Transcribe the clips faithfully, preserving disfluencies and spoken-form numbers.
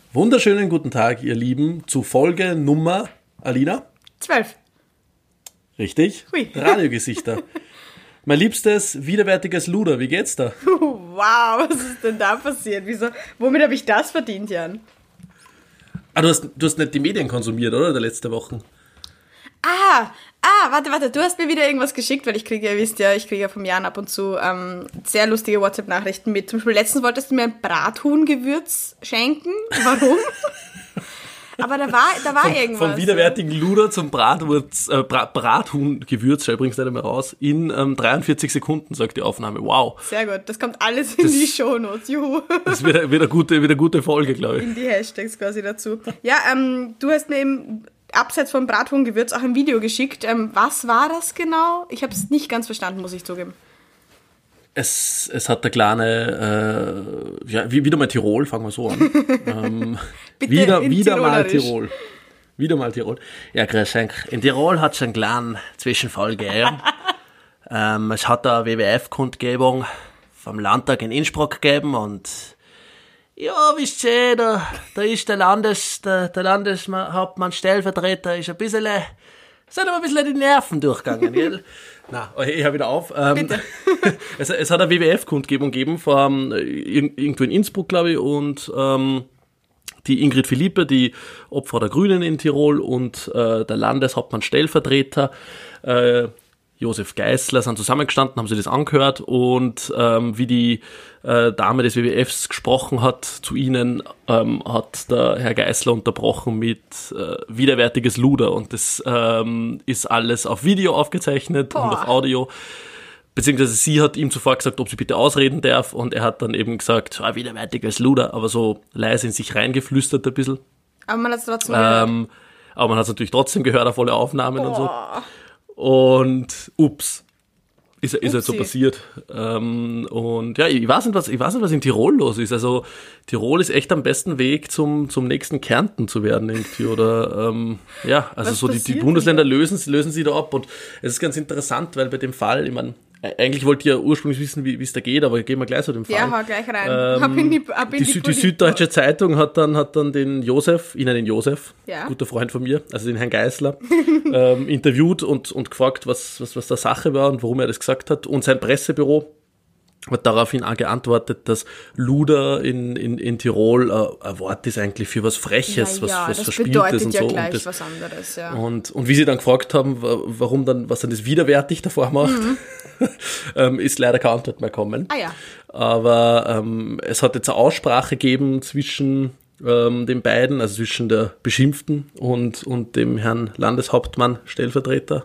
Wunderschönen guten Tag, ihr Lieben, zu Folge Nummer, Alina? Zwölf. Richtig? Hui. Radiogesichter. Mein liebstes, widerwärtiges Luder, wie geht's da? Wow, was ist denn da passiert? Wieso? Womit habe ich das verdient, Jan? Ah, du hast, du hast nicht die Medien konsumiert, oder, der letzten Wochen? Ah, ah, warte, warte, du hast mir wieder irgendwas geschickt, weil ich kriege, ihr wisst ja, ich kriege ja vom Jan ab und zu ähm, sehr lustige WhatsApp-Nachrichten mit. Zum Beispiel letztens wolltest du mir ein Brathuhn-Gewürz schenken. Warum? Aber da war, da war Vom, irgendwas. vom widerwärtigen Luder zum Bratwurz, äh, Bra- Brathuhn-Gewürz, schau übrigens nicht mehr raus, in ähm, dreiundvierzig Sekunden, sagt die Aufnahme. Wow. Sehr gut, das kommt alles in Das- die Shownotes, juhu. Das wird, eine- wird, eine gute, wird eine gute Folge, glaube ich. In die Hashtags quasi dazu. Ja, ähm, du hast mir eben abseits vom Brathuhn-Gewürz auch ein Video geschickt. Ähm, was war das genau? Ich habe es nicht ganz verstanden, muss ich zugeben. Es, es hat der kleine, äh, ja, wie, wieder mal Tirol, fangen wir so an. ähm, Bitte wieder in wieder mal Tirolerisch. Tirol. Wieder mal Tirol. Ja, grüß euch. In Tirol hat es einen kleinen Zwischenfall gegeben. ähm, es hat eine W W F-Kundgebung vom Landtag in Innsbruck gegeben und ja, wisst ihr, da, da ist der Landes, der, der Landeshauptmann Stellvertreter ist ein bisschen, sind aber ein bisschen die Nerven durchgegangen, gell? Na, ich hör wieder auf. Ähm, Bitte. es, es hat eine W W F-Kundgebung gegeben von ähm, irgendwo in Innsbruck, glaube ich, und ähm, die Ingrid Philippe, die Opfer der Grünen in Tirol, und äh, der Landeshauptmann Stellvertreter äh, Josef Geisler sind zusammengestanden, haben sich das angehört, und ähm, wie die äh, Dame des W W Fs gesprochen hat zu ihnen, ähm, hat der Herr Geisler unterbrochen mit äh, widerwärtiges Luder, und das ähm, ist alles auf Video aufgezeichnet Boah. und auf Audio. Beziehungsweise sie hat ihm zuvor gesagt, ob sie bitte ausreden darf, und er hat dann eben gesagt, ah, widerwärtiges Luder, aber so leise in sich reingeflüstert ein bisschen. Aber man hat es trotzdem gehört. Ähm, aber man hat es natürlich trotzdem gehört, auf volle Aufnahmen und so. Boah. Und ups, ist, ist halt so Upsi. passiert. Ähm, und ja, ich weiß nicht, was, ich weiß nicht, was in Tirol los ist. Also Tirol ist echt am besten Weg zum, zum nächsten Kärnten zu werden irgendwie. Oder ähm, ja, also Was so die, die passiert Bundesländer denn lösen, lösen sie da ab. Und es ist ganz interessant, weil bei dem Fall, ich meine, eigentlich wollte ich ja ursprünglich wissen, wie es da geht, aber gehen wir gleich zu dem Fall. Ja, hau gleich rein. Ähm, Ab in die, ab in Die, die, Sü- die Politik. Süddeutsche Zeitung hat dann, hat dann den Josef, ich nenne ihn Josef, Ja. guter Freund von mir, also den Herrn Geisler, ähm, interviewt und, und gefragt, was, was, was der Sache war und warum er das gesagt hat. Und sein Pressebüro hat daraufhin auch geantwortet, dass Luder in, in, in Tirol äh, ein Wort ist eigentlich für was Freches, Na ja, was, was das Verspieltes bedeutet und ja so. gleich und, das, was anderes, ja. und, und wie sie dann gefragt haben, wa- warum dann, was dann das widerwärtig davor macht, ähm, ist leider keine Antwort mehr kommen. Ah ja. Aber ähm, es hat jetzt eine Aussprache gegeben zwischen ähm, den beiden, also zwischen der Beschimpften und, und dem Herrn Landeshauptmann, Stellvertreter.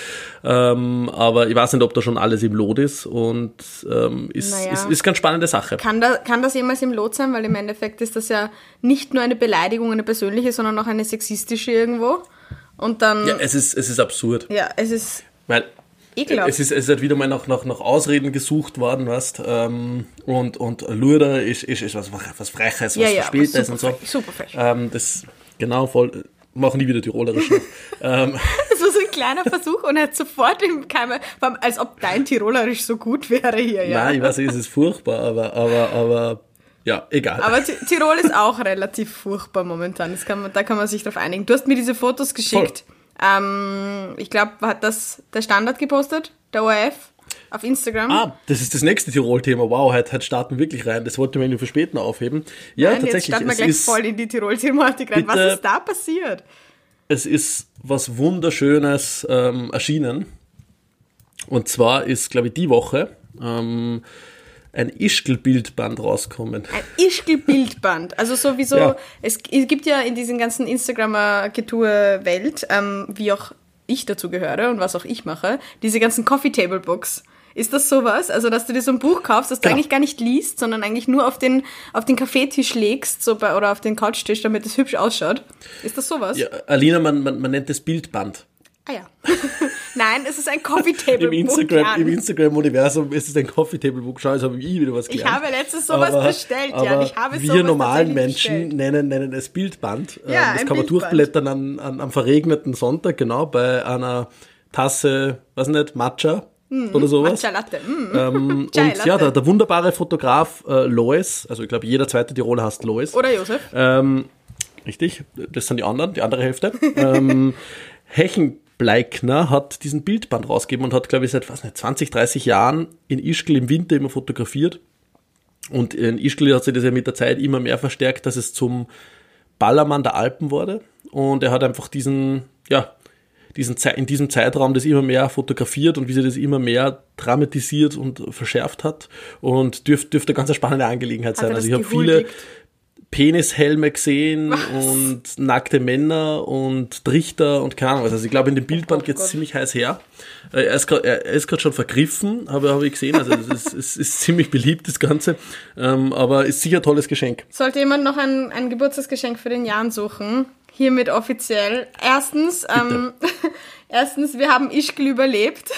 ähm, aber ich weiß nicht, ob da schon alles im Lot ist, und ähm, ist, Naja. ist, ist ganz spannende Sache. Kann, da, kann das jemals im Lot sein? Weil im Endeffekt ist das ja nicht nur eine Beleidigung, eine persönliche, sondern auch eine sexistische irgendwo. Und dann, Ja, ja, es ist, es ist absurd. es ist Weil ekelhaft. es ist, es ist halt wieder mal nach, nach, nach Ausreden gesucht worden, weißt, ähm, und, und Luder ist, ist, ist was, was Freches, was ja, ja, Verspieltes super und so. frech, super frech. Ähm, das, genau, voll, machen nie wieder Tirolerisch. ähm, Das war so ein kleiner Versuch und er hat sofort im Keim, vor allem, als ob dein Tirolerisch so gut wäre hier, ja. Nein, ich weiß nicht, es ist furchtbar, aber, aber, aber, ja, egal. Aber Ti- Tirol ist auch relativ furchtbar momentan. Das kann man, da kann man sich drauf einigen. Du hast mir diese Fotos geschickt. Ähm, ich glaube, hat das der Standard gepostet, der O R F, auf Instagram. Ah, das ist das nächste Tirol-Thema. Wow, heute, heute starten wir wirklich rein. Das wollte man irgendwie für später aufheben. Ja, Nein, jetzt tatsächlich. starten wir Es gleich ist, voll in die Tirol-Thematik rein. Bitte- Was ist da passiert? es ist was Wunderschönes ähm, erschienen. Und zwar ist, glaube ich, die Woche ähm, ein Ischgl-Bildband rauskommen. Ein Ischgl-Bildband. Also sowieso, Ja. es gibt ja in diesen ganzen Instagram-Getue-Welt, ähm, wie auch ich dazu gehöre und was auch ich mache, diese ganzen Coffee-Table-Books. Ist das sowas? Also, dass du dir so ein Buch kaufst, das du Genau. eigentlich gar nicht liest, sondern eigentlich nur auf den, auf den Kaffeetisch legst so bei, oder auf den Couchtisch, damit es hübsch ausschaut. Ist das sowas? Ja, Alina, man, man, man nennt das Bildband. Ah ja. Nein, es ist ein Coffee-Table-Book. Im Instagram, Jan. im Instagram-Universum ist es ein Coffee-Table-Book. Schau, jetzt habe ich wieder was Ich gelernt. habe letztens sowas aber, bestellt, aber Jan. Ich habe wir sowas normalen tatsächlich Menschen bestellt. nennen, nennen es Bildband. Ja, Ähm, das ein kann man Bildband. durchblättern an, an, am verregneten Sonntag, genau, bei einer Tasse, weiß nicht, Matcha mm, oder sowas. Matcha Latte. Mm. Ähm, Chai und Latte. ja, der, der wunderbare Fotograf äh, Lois, also ich glaube, jeder zweite Tiroler heißt Lois. Oder Josef. Ähm, richtig, das sind die anderen, die andere Hälfte. ähm, Hechenbleikner hat diesen Bildband rausgegeben und hat, glaube ich, seit was nicht, zwanzig, dreißig Jahren in Ischgl im Winter immer fotografiert. Und in Ischgl hat sich das ja mit der Zeit immer mehr verstärkt, dass es zum Ballermann der Alpen wurde. Und er hat einfach diesen, ja, diesen Ze- in diesem Zeitraum das immer mehr fotografiert und wie sich das immer mehr dramatisiert und verschärft hat. Und dürf, dürfte eine ganz spannende Angelegenheit sein. er das Also ich habe viele gehuldigt? Penishelme gesehen Was? und nackte Männer und Trichter und keine Ahnung was. Also ich glaube, in dem Bildband Oh geht es Gott. ziemlich heiß her. Äh, Er ist grad- er ist gerade schon vergriffen, habe, habe ich gesehen. Also es ist, es ist ziemlich beliebt, das Ganze. Ähm, aber ist sicher ein tolles Geschenk. Sollte jemand noch ein, ein Geburtstagsgeschenk für den Jan suchen, hiermit offiziell. Erstens, ähm, erstens, wir haben Ischgl überlebt.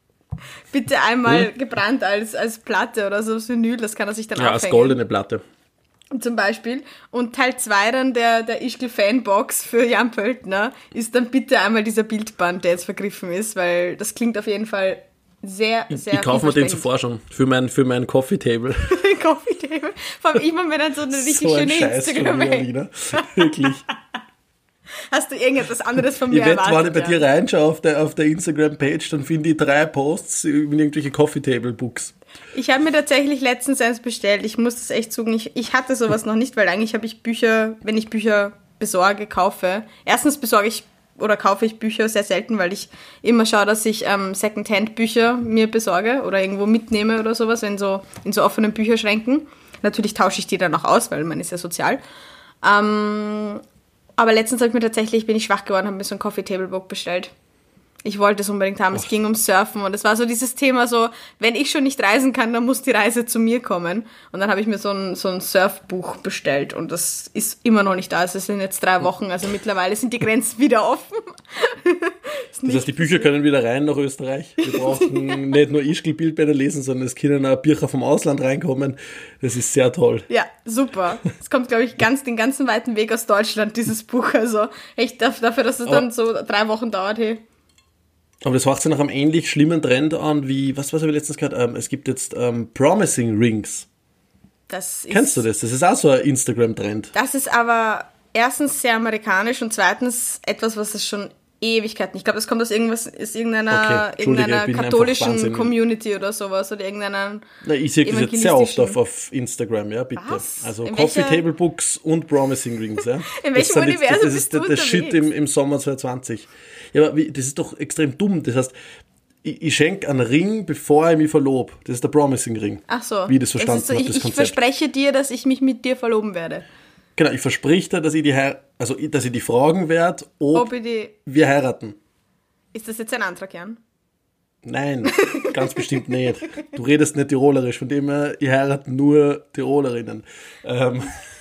Bitte einmal Hm? gebrannt als, als Platte oder so als Vinyl, das kann er sich dann Ja, als aufhängen. goldene Platte. Zum Beispiel. Und Teil zwei dann der, der Ischgl-Fanbox für Jan Pöltner ist dann bitte einmal dieser Bildband, der jetzt vergriffen ist, weil das klingt auf jeden Fall sehr, sehr Ich kaufe mir den vielversprechend. zuvor schon für mein, für mein Coffee Table. Coffee Table. Vor allem immer, wenn dann so eine richtig so ein schöne Scheiß von instagram mir, Alina. Wirklich. Hast du irgendetwas anderes von mir Ich wette, wenn ich erwartet? bei dir ja? reinschaue auf der, auf der Instagram-Page, dann finde ich drei Posts über irgendwelche Coffee-Table-Books. Ich habe mir tatsächlich letztens eins bestellt. Ich muss das echt zugeben, ich, ich hatte sowas noch nicht, weil eigentlich habe ich Bücher, wenn ich Bücher besorge, kaufe. Erstens besorge ich oder kaufe ich Bücher sehr selten, weil ich immer schaue, dass ich ähm, Secondhand-Bücher mir besorge oder irgendwo mitnehme oder sowas, in so, in so offenen Bücherschränken. Natürlich tausche ich die dann auch aus, weil man ist ja sozial. Ähm, aber letztens habe ich mir tatsächlich, bin ich schwach geworden, habe mir so ein Coffee-Table-Book bestellt. Ich wollte es unbedingt haben, es ging ums Surfen und es war so dieses Thema so, wenn ich schon nicht reisen kann, dann muss die Reise zu mir kommen. Und dann habe ich mir so ein, so ein Surfbuch bestellt und das ist immer noch nicht da. Es sind jetzt drei Wochen, also mittlerweile sind die Grenzen wieder offen. Ist Das nicht- heißt, die Bücher können wieder rein nach Österreich. Wir brauchen nicht nur Ischgl-Bildbänder lesen, sondern es können auch Bücher vom Ausland reinkommen. Das ist sehr toll. Ja, super. Es kommt, glaube ich, ganz den ganzen weiten Weg aus Deutschland, dieses Buch. Also echt dafür, dass es Aber- dann so drei Wochen dauert, hey. Aber das macht sich nach einem ähnlich schlimmen Trend an wie, was, was habe ich letztens gehört? Ähm, es gibt jetzt ähm, Promising Rings. Das ist, Kennst du das? Das ist auch so ein Instagram-Trend. Das ist aber erstens sehr amerikanisch und zweitens etwas, was es schon Ewigkeiten. Ich glaube, das kommt aus irgendwas, ist irgendeiner, Okay, Entschuldige, irgendeiner bin einfach katholischen wahnsinnig. Community oder sowas oder irgendeiner. Na, ich sehe das jetzt sehr oft evangelistischen. auf, auf Instagram, ja, bitte. Was? Also In Coffee welcher- Table Books und Promising Rings, ja. In Das welchem sind jetzt- Universum Das bist ist du der, der Shit unterwegs? im, im Sommer zwanzig zwanzig. Ja, aber wie, das ist doch extrem dumm. Das heißt, ich, ich schenke einen Ring, bevor ich mich verlobe. Das ist der Promising Ring. Ach so. Wie ich das verstanden ist so, habe, ich, das ich Konzept. verspreche dir, dass ich mich mit dir verloben werde. Genau, ich versprich dir, dass ich die, hei- also, dass ich die fragen werde, ob, Ob ich die, wir heiraten. ist das jetzt ein Antrag, Jan? Nein, ganz bestimmt nicht. Du redest nicht Tirolerisch, von dem her, ich heirate nur Tirolerinnen. Ähm,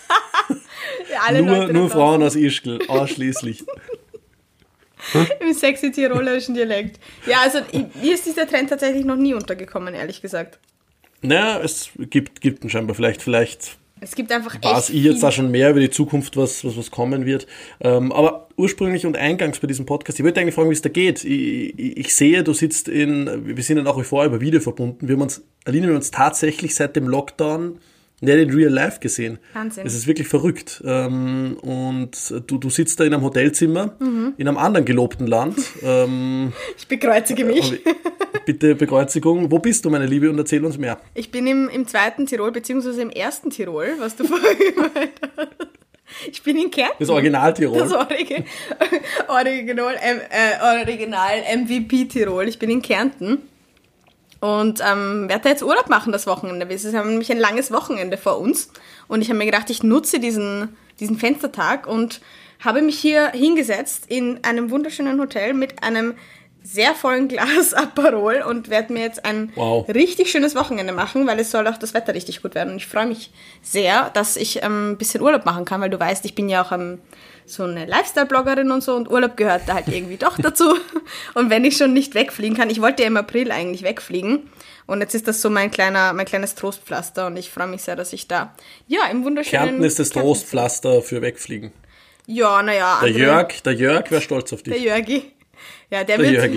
Ja, alle nur Leute nur da Frauen aus Ischgl, ausschließlich. draußen im sexy tirolerischen Dialekt. Ja, also ich, mir ist dieser Trend tatsächlich noch nie untergekommen, ehrlich gesagt. Naja, es gibt, gibt ihn scheinbar. Vielleicht, vielleicht Es gibt einfach weiß echt ich jetzt viel- auch schon mehr über die Zukunft, was, was, was kommen wird. Ähm, aber ursprünglich und eingangs bei diesem Podcast, ich wollte eigentlich fragen, wie es da geht. Ich, ich, ich sehe, du sitzt in, wir sind ja nach wie vor über Video verbunden. Wir haben uns, Aline, wir haben uns tatsächlich seit dem Lockdown nicht in Real Life gesehen. Wahnsinn. Das ist wirklich verrückt. Ähm, und du, du sitzt da in einem Hotelzimmer, Mhm. in einem anderen gelobten Land. Ähm, Ich bekreuzige mich. bitte Bekreuzigung. Wo bist du, meine Liebe? Und erzähl uns mehr. Ich bin im, im zweiten Tirol, beziehungsweise im ersten Tirol, was du vorher gemeint hast. Ich bin in Kärnten. Das Original Tirol. Das Origi Original, ähm, äh, Original M V P Tirol. Ich bin in Kärnten und ähm, werde da jetzt Urlaub machen das Wochenende. Wir haben nämlich ein langes Wochenende vor uns und ich habe mir gedacht, ich nutze diesen, diesen Fenstertag und habe mich hier hingesetzt in einem wunderschönen Hotel mit einem sehr vollen Glas Aperol und werde mir jetzt ein Wow. richtig schönes Wochenende machen, weil es soll auch das Wetter richtig gut werden. Und ich freue mich sehr, dass ich ähm, ein bisschen Urlaub machen kann, weil du weißt, ich bin ja auch ähm, so eine Lifestyle-Bloggerin und so und Urlaub gehört da halt irgendwie doch dazu. Und wenn ich schon nicht wegfliegen kann, ich wollte ja im April eigentlich wegfliegen und jetzt ist das so mein kleiner, mein kleines Trostpflaster und ich freue mich sehr, dass ich da, ja, im wunderschönen... Kärnten ist das Kärnten- Trostpflaster für Wegfliegen. Ja, naja. Der Jörg, der Jörg wäre stolz auf Der dich. Jörgi. Ja, der, Der wird, Jörgi.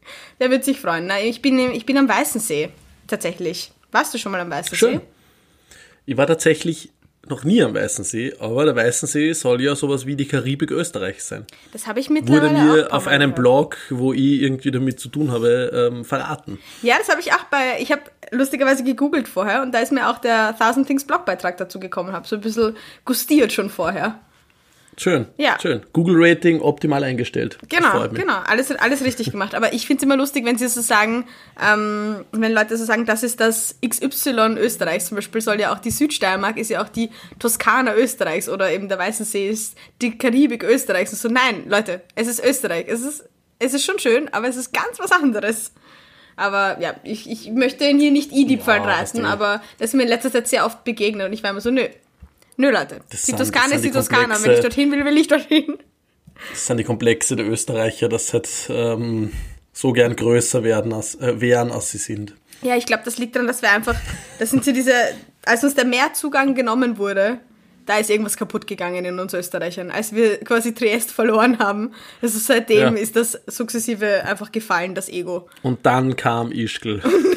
Der wird sich freuen. Na, ich, bin, ich bin am Weißen See, tatsächlich. Warst du schon mal am Weißen Schön. See? Ich war tatsächlich noch nie am Weißen See, aber der Weißen See soll ja sowas wie die Karibik Österreichs sein. Das habe ich mittlerweile Wurde mir auch auf einem gehört. Blog, wo ich irgendwie damit zu tun habe, ähm, verraten. Ja, das habe ich auch bei, ich habe lustigerweise gegoogelt vorher und da ist mir auch der Thousand Things Blogbeitrag dazu gekommen, habe so ein bisschen gustiert schon vorher. Schön, Ja. schön. Google-Rating optimal eingestellt. Das Genau, freut mich. genau, alles, alles richtig gemacht. Aber ich finde es immer lustig, wenn sie so sagen, ähm, wenn Leute so sagen, das ist das X Y Österreichs. Zum Beispiel soll ja auch die Südsteiermark, ist ja auch die Toskana Österreichs oder eben der Weiße See ist die Karibik Österreichs. Und so, nein, Leute, es ist Österreich. Es ist, es ist schon schön, aber es ist ganz was anderes. Aber ja, ich, ich möchte ihn hier nicht in die Pfad Ja, hast reißen, du. aber das ist mir in letzter Zeit sehr oft begegnet und ich war immer so, nö. Nö, Leute, Das die sind- Toskana das ist sind die die Toskana. komplexe- Wenn ich dorthin will, will ich dorthin. Das sind die Komplexe der Österreicher, dass sie halt, ähm, so gern größer werden, als, äh, wären, als sie sind. Ja, ich glaube, das liegt daran, dass wir einfach, das sind so diese, als uns der Meerzugang genommen wurde, da ist irgendwas kaputt gegangen in uns Österreichern. Als wir quasi Triest verloren haben, also seitdem Ja. ist das sukzessive einfach gefallen, das Ego. Und dann kam Ischgl.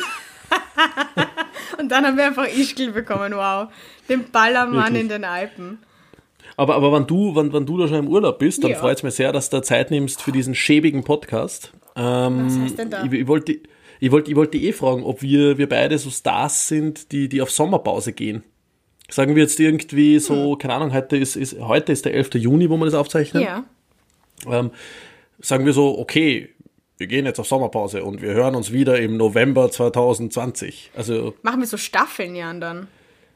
Und dann haben wir einfach Ischgl bekommen, wow. Den Ballermann Wirklich. in den Alpen. Aber, aber wenn du, wenn, wenn du da schon im Urlaub bist, dann Ja. freut es mich sehr, dass du Zeit nimmst für diesen schäbigen Podcast. Ähm, Was heißt denn da? Ich, ich wollte ich wollte, ich wollte eh fragen, ob wir, wir beide so Stars sind, die, die auf Sommerpause gehen. Sagen wir jetzt irgendwie so, Hm. keine Ahnung, heute ist, ist, heute ist der elfte Juni, wo wir das aufzeichnen. Ja. Ähm, sagen wir so, okay, wir gehen jetzt auf Sommerpause und wir hören uns wieder im November zwanzig zwanzig. Also Machen wir so Staffeln, Jan, dann.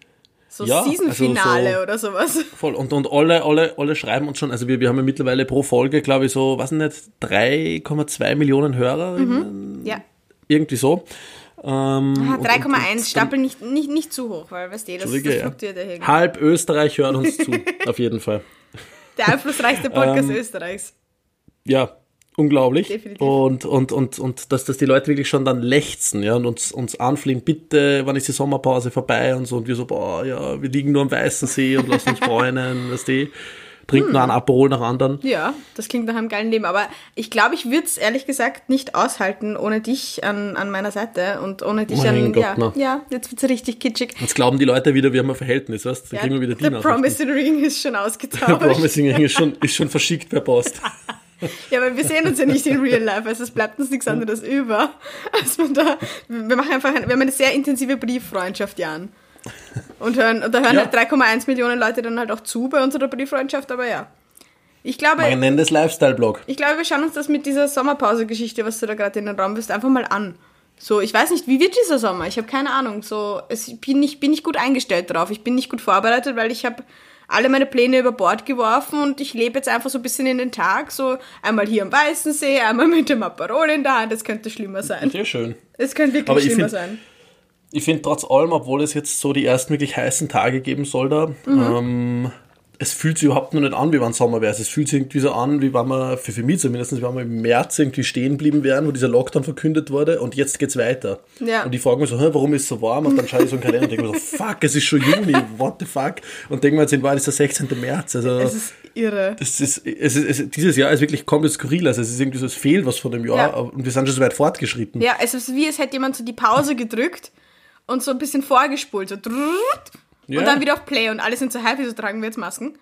So Ja, Season-Finale also so- oder sowas. voll. Und, und alle, alle, alle schreiben uns schon, also wir, wir haben ja mittlerweile pro Folge, glaube ich, so, was nicht, drei Komma zwei Millionen Hörer, Ja. irgendwie so. Ähm, Ah, und- drei Komma und- eins, und- Stapel nicht, nicht, nicht zu hoch, weil, weißt du, das, das Entschuldige, ja. fluktuiert ja irgendwie. Halb Österreich hört uns zu, auf jeden Fall. Der einflussreichste Podcast Ähm, Österreichs. Ja, unglaublich. Definitiv. Und, und, und, und dass, dass die Leute wirklich schon dann lechzen, ja, und uns, uns anflehen, bitte, wann ist die Sommerpause vorbei und so, und wir so, boah, ja, wir liegen nur am Weißen See und lassen uns bräunen, weißt du, trinken nur einen Aperol nach anderen. Ja, das klingt nach einem geilen Leben. Aber ich glaube, ich würde es ehrlich gesagt nicht aushalten ohne dich an, an meiner Seite und ohne dich Mein an. Gott, ja, na. ja, jetzt wird es richtig kitschig. Jetzt glauben die Leute wieder, wir haben ein Verhältnis, weißt du, dann Ja, kriegen wir wieder die der Nachrichten. Promising Ring ist schon Der ausgetauscht. Promising Ring ist schon, ist schon verschickt per Post. Ja, aber wir sehen uns ja nicht in real life, also es bleibt uns nichts anderes über. Als man da, wir machen einfach ein, wir haben eine sehr intensive Brieffreundschaft, Jan. Und, hören, und da hören Ja. halt drei Komma eins Millionen Leute dann halt auch zu bei unserer Brieffreundschaft, aber ja. Ich glaube, Man nennt es Lifestyle-Blog. ich glaube, wir schauen uns das mit dieser Sommerpause-Geschichte, was du da gerade in den Raum wirst, einfach mal an. So, ich weiß nicht, wie wird dieser Sommer? Ich habe keine Ahnung. So, es, ich bin nicht, bin nicht gut eingestellt drauf. Ich bin nicht gut vorbereitet, weil ich habe alle meine Pläne über Bord geworfen und ich lebe jetzt einfach so ein bisschen in den Tag. So, einmal hier am Weißen See, einmal mit dem Aperol in der Hand. Das könnte schlimmer sein. Sehr schön. Es könnte wirklich Aber ich schlimmer find- sein. Ich finde trotz allem, obwohl es jetzt so die ersten wirklich heißen Tage geben soll da, ähm, es fühlt sich überhaupt noch nicht an, wie wenn Sommer wäre. Es fühlt sich irgendwie so an, wie wenn wir, für, für mich zumindest, wie wenn wir im März irgendwie stehen geblieben wären, wo dieser Lockdown verkündet wurde und jetzt geht's weiter. Ja. Und ich frage mich so, hä, warum ist es so warm? Und dann schaue ich so in den Kalender und denke mir so, fuck, es ist schon Juni, what the fuck? Und denke mir jetzt, in Wahrheit ist der sechzehnte März. Also, Es ist irre. es ist, es ist, es, dieses Jahr ist wirklich komplett skurril. Also es ist irgendwie so, es fehlt was von dem Jahr Ja. und wir sind schon so weit fortgeschritten. Ja, es ist wie, es hätte jemand so die Pause gedrückt und so ein bisschen vorgespult. So drrrrt, Ja. und dann wieder auf Play und alle sind so happy, so tragen wir jetzt Masken.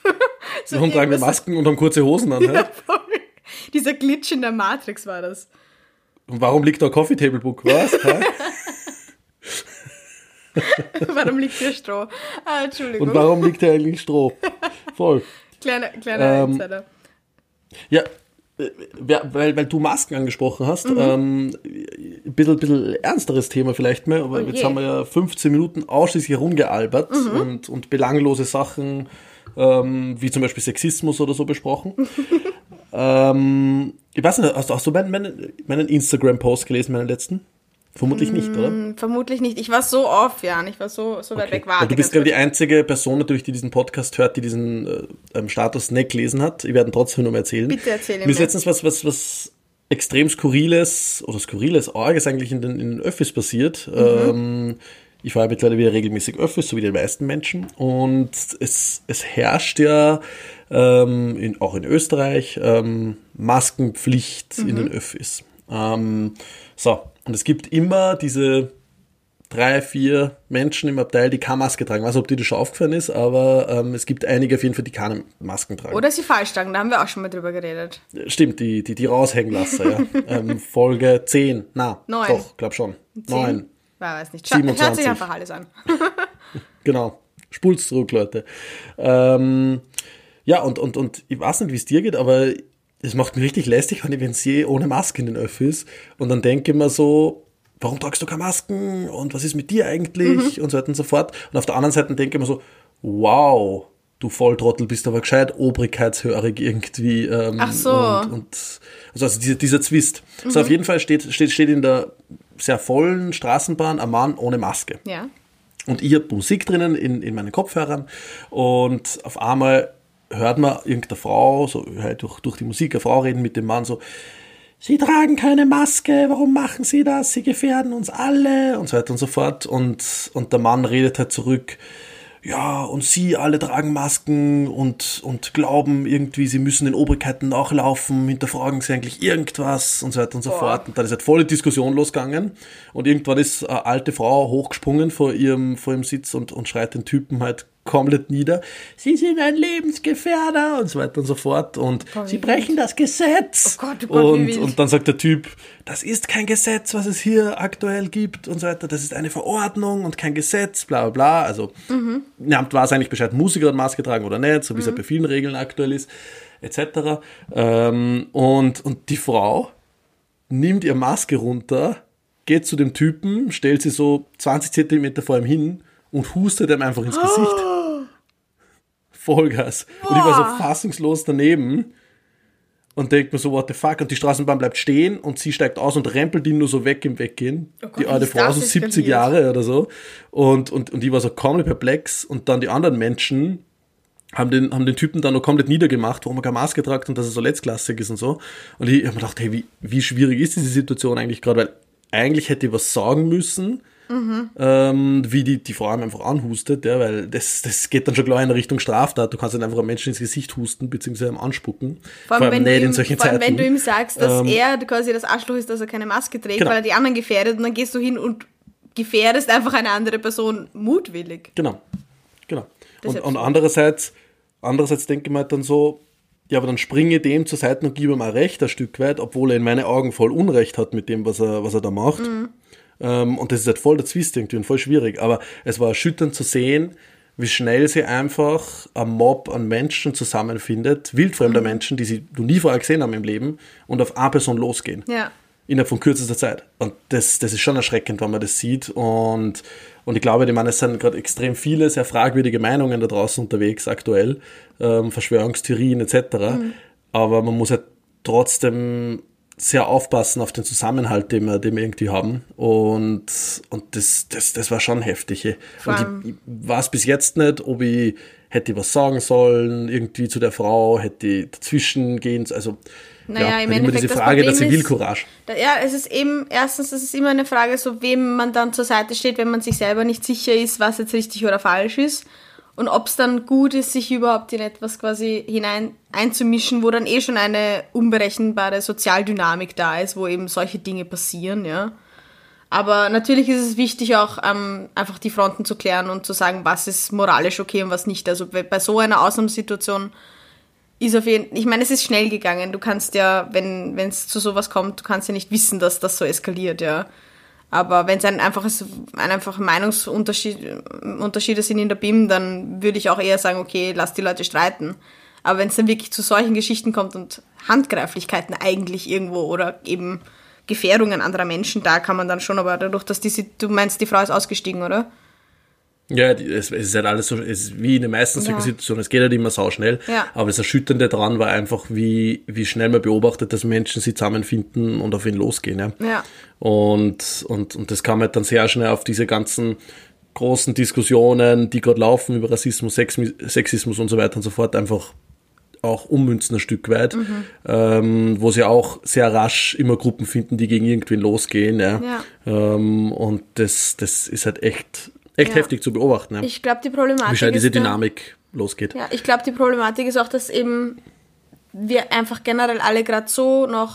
so Warum tragen wir irgendwas- Masken und haben kurze Hosen an? Ja, hä? voll. Dieser Glitch in der Matrix war das. Und warum liegt da ein Coffee Table Book? Was? Hä? Warum liegt hier Stroh? Ah, Entschuldigung. Und warum liegt da eigentlich Stroh? Voll. Kleiner, kleiner Ähm, Insider. Ja, äh, wer- weil, weil du Masken angesprochen hast, Mhm. ähm, ein bisschen, bisschen ernsteres Thema vielleicht mehr, aber Oh jetzt je. haben wir ja fünfzehn Minuten ausschließlich herumgealbert Mhm. und, und belanglose Sachen, ähm, wie zum Beispiel Sexismus oder so besprochen. ähm, ich weiß nicht, hast, hast du meinen, meinen, meinen Instagram-Post gelesen, meinen letzten? Vermutlich nicht, oder? Hm, Vermutlich nicht. Ich war so off, Jan. Ich war so, so weit Okay. weg. Warte, Weil du bist, ganz glaube ich, die kurz. einzige Person natürlich, die diesen Podcast hört, die diesen äh, ähm, Status nicht gelesen hat. Ich werde ihn trotzdem nur mal erzählen. Bitte erzähl ihn Mir ist mir. letztens was, was, was extrem Skurriles oder Skurriles, Arges eigentlich in den, in den Öffis passiert. Mhm. Ähm, ich fahre mittlerweile wieder regelmäßig Öffis, so wie die meisten Menschen. Und es, es herrscht ja ähm, in, auch in Österreich ähm, Maskenpflicht Mhm. in den Öffis. Ähm, so, und es gibt immer diese drei, vier Menschen im Abteil, die keine Maske tragen. Ich weiß nicht, ob dir das schon aufgefallen ist, aber ähm, es gibt einige auf jeden Fall, die keine Masken tragen. Oder sie falsch tragen, da haben wir auch schon mal drüber geredet. Stimmt, die, die, die raushängen lassen, ja. ähm, Folge zehn, na, Neun. doch, glaub schon. Neun. Ich weiß nicht. Scha- siebenundzwanzig. Hört sich einfach alles an. Genau, spult's zurück, Leute. Ähm, ja, und, und, und ich weiß nicht, wie es dir geht, aber es macht mich richtig lästig, wenn ich, wenn ich sehe, ohne Maske in den Öffis. Und dann denke ich mir so, warum tragst du keine Masken und was ist mit dir eigentlich mhm. und so weiter und so fort. Und auf der anderen Seite denke ich mir so, wow, du Volltrottel, bist aber gescheit obrigkeitshörig irgendwie. Ähm, Ach so. Und, und also, also dieser, dieser Zwist. Mhm. Also auf jeden Fall steht, steht, steht in der sehr vollen Straßenbahn ein Mann ohne Maske. Ja. Und ich habe Musik drinnen in, in meinen Kopfhörern und auf einmal hört man irgendeine Frau, so halt durch, durch die Musik, eine Frau reden mit dem Mann so, Sie tragen keine Maske, warum machen Sie das? Sie gefährden uns alle und so weiter und so fort. Und, und der Mann redet halt zurück, ja, und Sie alle tragen Masken und, und glauben irgendwie, Sie müssen den Obrigkeiten nachlaufen, hinterfragen Sie eigentlich irgendwas und so weiter und so Boah. fort. Und dann ist halt volle Diskussion losgegangen und irgendwann ist eine alte Frau hochgesprungen vor ihrem, vor ihrem Sitz und, und schreit den Typen halt komplett nieder. Sie sind ein Lebensgefährder und so weiter und so fort und Boah, Sie brechen das Gesetz. Oh Gott, oh Gott, und, und dann sagt der Typ, das ist kein Gesetz, was es hier aktuell gibt und so weiter. Das ist eine Verordnung und kein Gesetz, bla bla bla. Also, mhm. ja, war es eigentlich Bescheid, Musiker hat Maske tragen oder nicht, so wie mhm. es ja bei vielen Regeln aktuell ist, et cetera. Ähm, und, und die Frau nimmt ihre Maske runter, geht zu dem Typen, stellt sie so zwanzig Zentimeter vor ihm hin und hustet ihm einfach ins oh. Gesicht. Vollgas. Boah. Und ich war so fassungslos daneben und denke mir so, what the fuck? Und die Straßenbahn bleibt stehen und sie steigt aus und rempelt ihn nur so weg im Weggehen. Oh Gott, die alte Frau, so siebzig Jahre oder so. Und, und, und ich war so komplett perplex. Und dann die anderen Menschen haben den, haben den Typen dann noch komplett niedergemacht, warum er keine Maske tragt und dass er so letztklassig ist und so. Und ich habe mir gedacht, hey, wie, wie schwierig ist diese Situation eigentlich gerade? Weil eigentlich hätte ich was sagen müssen, Mhm. Ähm, wie die, die Frau einfach anhustet, ja, weil das, das geht dann schon klar in Richtung Straftat. Du kannst dann einfach einem Menschen ins Gesicht husten, beziehungsweise anspucken. Vor allem, vor allem, wenn, nicht du in solchen ihm, vor allem Zeiten. wenn du ihm sagst, dass ähm, er quasi das Arschloch ist, dass er keine Maske trägt, genau. weil er die anderen gefährdet und dann gehst du hin und gefährdest einfach eine andere Person mutwillig. Genau, genau. Und, und andererseits, andererseits denke ich mir halt dann so, ja, aber dann springe dem zur Seite und gebe ihm mal recht ein Stück weit, obwohl er in meinen Augen voll Unrecht hat mit dem, was er, was er da macht. Mhm. Und das ist halt voll der Zwist irgendwie und voll schwierig. Aber es war erschütternd zu sehen, wie schnell sie einfach ein Mob an Menschen zusammenfindet, wildfremder mhm. Menschen, die sie noch nie vorher gesehen haben im Leben und auf eine Person losgehen. Ja. Innerhalb von kürzester Zeit. Und das, das ist schon erschreckend, wenn man das sieht. Und, und ich glaube, ich meine, es sind gerade extrem viele sehr fragwürdige Meinungen da draußen unterwegs aktuell, ähm, Verschwörungstheorien et cetera. Mhm. Aber man muss halt trotzdem sehr aufpassen auf den Zusammenhalt, den wir, den wir irgendwie haben. Und, und das, das, das war schon heftig. Und ich, ich weiß bis jetzt nicht, ob ich hätte was sagen sollen, irgendwie zu der Frau, hätte ich dazwischen gehen, also naja, ja, im immer diese Frage der Zivilcourage. Ist, ja, es ist eben, erstens, es ist immer eine Frage, so wem man dann zur Seite steht, wenn man sich selber nicht sicher ist, was jetzt richtig oder falsch ist. Und ob es dann gut ist, sich überhaupt in etwas quasi hinein einzumischen, wo dann eh schon eine unberechenbare Sozialdynamik da ist, wo eben solche Dinge passieren, ja. Aber natürlich ist es wichtig, auch ähm, einfach die Fronten zu klären und zu sagen, was ist moralisch okay und was nicht. Also bei so einer Ausnahmesituation ist auf jeden Fall, ich meine, es ist schnell gegangen. Du kannst ja, wenn wenn es zu sowas kommt, du kannst ja nicht wissen, dass das so eskaliert, ja. Aber wenn es ein einfaches, ein einfacher Meinungsunterschied, Unterschiede sind in der B I M, dann würde ich auch eher sagen, okay, lass die Leute streiten. Aber wenn es dann wirklich zu solchen Geschichten kommt und Handgreiflichkeiten eigentlich irgendwo oder eben Gefährdungen anderer Menschen, da kann man dann schon, aber dadurch, dass die, du meinst, die Frau ist ausgestiegen, oder? Ja, es, es ist halt alles so, es ist wie in den meisten solchen ja. Situationen, es geht halt immer sauschnell, ja. aber das Erschütternde daran war einfach, wie, wie schnell man beobachtet, dass Menschen sich zusammenfinden und auf ihn losgehen. Ja. ja. Und, und, und das kam halt dann sehr schnell auf diese ganzen großen Diskussionen, die gerade laufen über Rassismus, Sexismus und so weiter und so fort, einfach auch ummünzen ein Stück weit, mhm. ähm, wo sie auch sehr rasch immer Gruppen finden, die gegen irgendwen losgehen. Ja. Ja. Ähm, und das, das ist halt echt... Echt ja. heftig zu beobachten. Ja. Ich glaube, die Problematik Wie schnell diese ist dann, Dynamik losgeht. Ja, ich glaube, die Problematik ist auch, dass eben wir einfach generell alle gerade so noch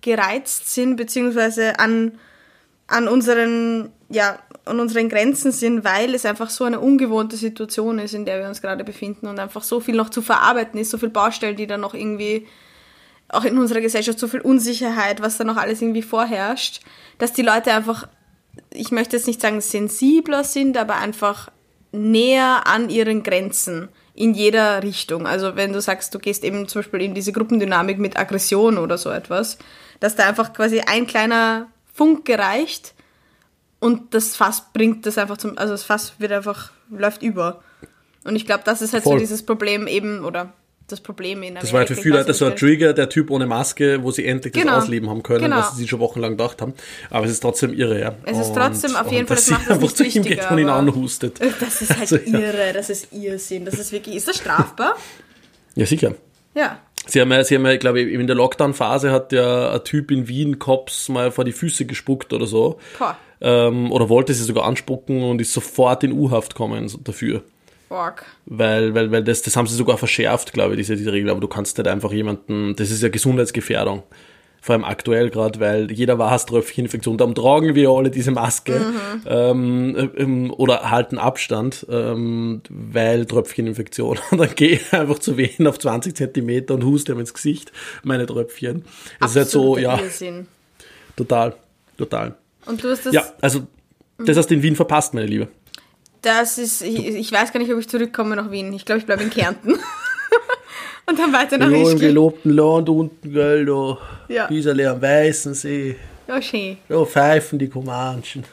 gereizt sind, beziehungsweise an, an unseren, ja, an unseren Grenzen sind, weil es einfach so eine ungewohnte Situation ist, in der wir uns gerade befinden und einfach so viel noch zu verarbeiten ist, so viel Baustellen, die dann noch irgendwie, auch in unserer Gesellschaft, so viel Unsicherheit, was da noch alles irgendwie vorherrscht, dass die Leute einfach, ich möchte jetzt nicht sagen sensibler sind, aber einfach näher an ihren Grenzen in jeder Richtung. Also wenn du sagst, du gehst eben zum Beispiel in diese Gruppendynamik mit Aggression oder so etwas, dass da einfach quasi ein kleiner Funke reicht und das Fass bringt das einfach zum, also das Fass wird einfach, läuft über. Und ich glaube, das ist halt Voll. so dieses Problem eben, oder das Problem in Amerika. Das war halt für viele Leute so ein Trigger, der Typ ohne Maske, wo sie endlich genau. das ausleben haben können, genau. was sie schon wochenlang gedacht haben. Aber es ist trotzdem irre, ja. Es ist und, trotzdem auf jeden Fall, das macht das einfach nicht zu ihm geht und ihn anhustet. Das ist halt also, irre, ja. das ist Irrsinn. Das ist wirklich, ist das strafbar? Ja, sicher. Ja. Sie haben ja, sie haben ja, glaube ich, in der Lockdown-Phase hat ja ein Typ in Wien Cops mal vor die Füße gespuckt oder so. Ähm, oder wollte sie sogar anspucken und ist sofort in U-Haft gekommen dafür. Org. Weil, weil, weil das, das haben sie sogar verschärft, glaube ich, diese, diese Regel. Aber du kannst nicht einfach jemanden, das ist ja Gesundheitsgefährdung. Vor allem aktuell gerade, weil jeder war Tröpfcheninfektion. Darum tragen wir alle diese Maske mhm. ähm, ähm, oder halten Abstand, ähm, weil Tröpfcheninfektion. Und dann gehe ich einfach zu Wehen auf zwanzig Zentimeter und huste ihm ins Gesicht, meine Tröpfchen. Das ist halt so, ja. Irrsinn. Total, total. Und du hast das... Ja, also das hast du in Wien verpasst, meine Liebe. Das ist, ich, ich weiß gar nicht, ob ich zurückkomme nach Wien. Ich glaube, ich bleibe in Kärnten. Und dann weiter nach Ischgl. Ischgl. Im gelobten Land unten, gell, da. Ja. Bisserl am Weißensee. Ja, schön. Da pfeifen die Comanchen.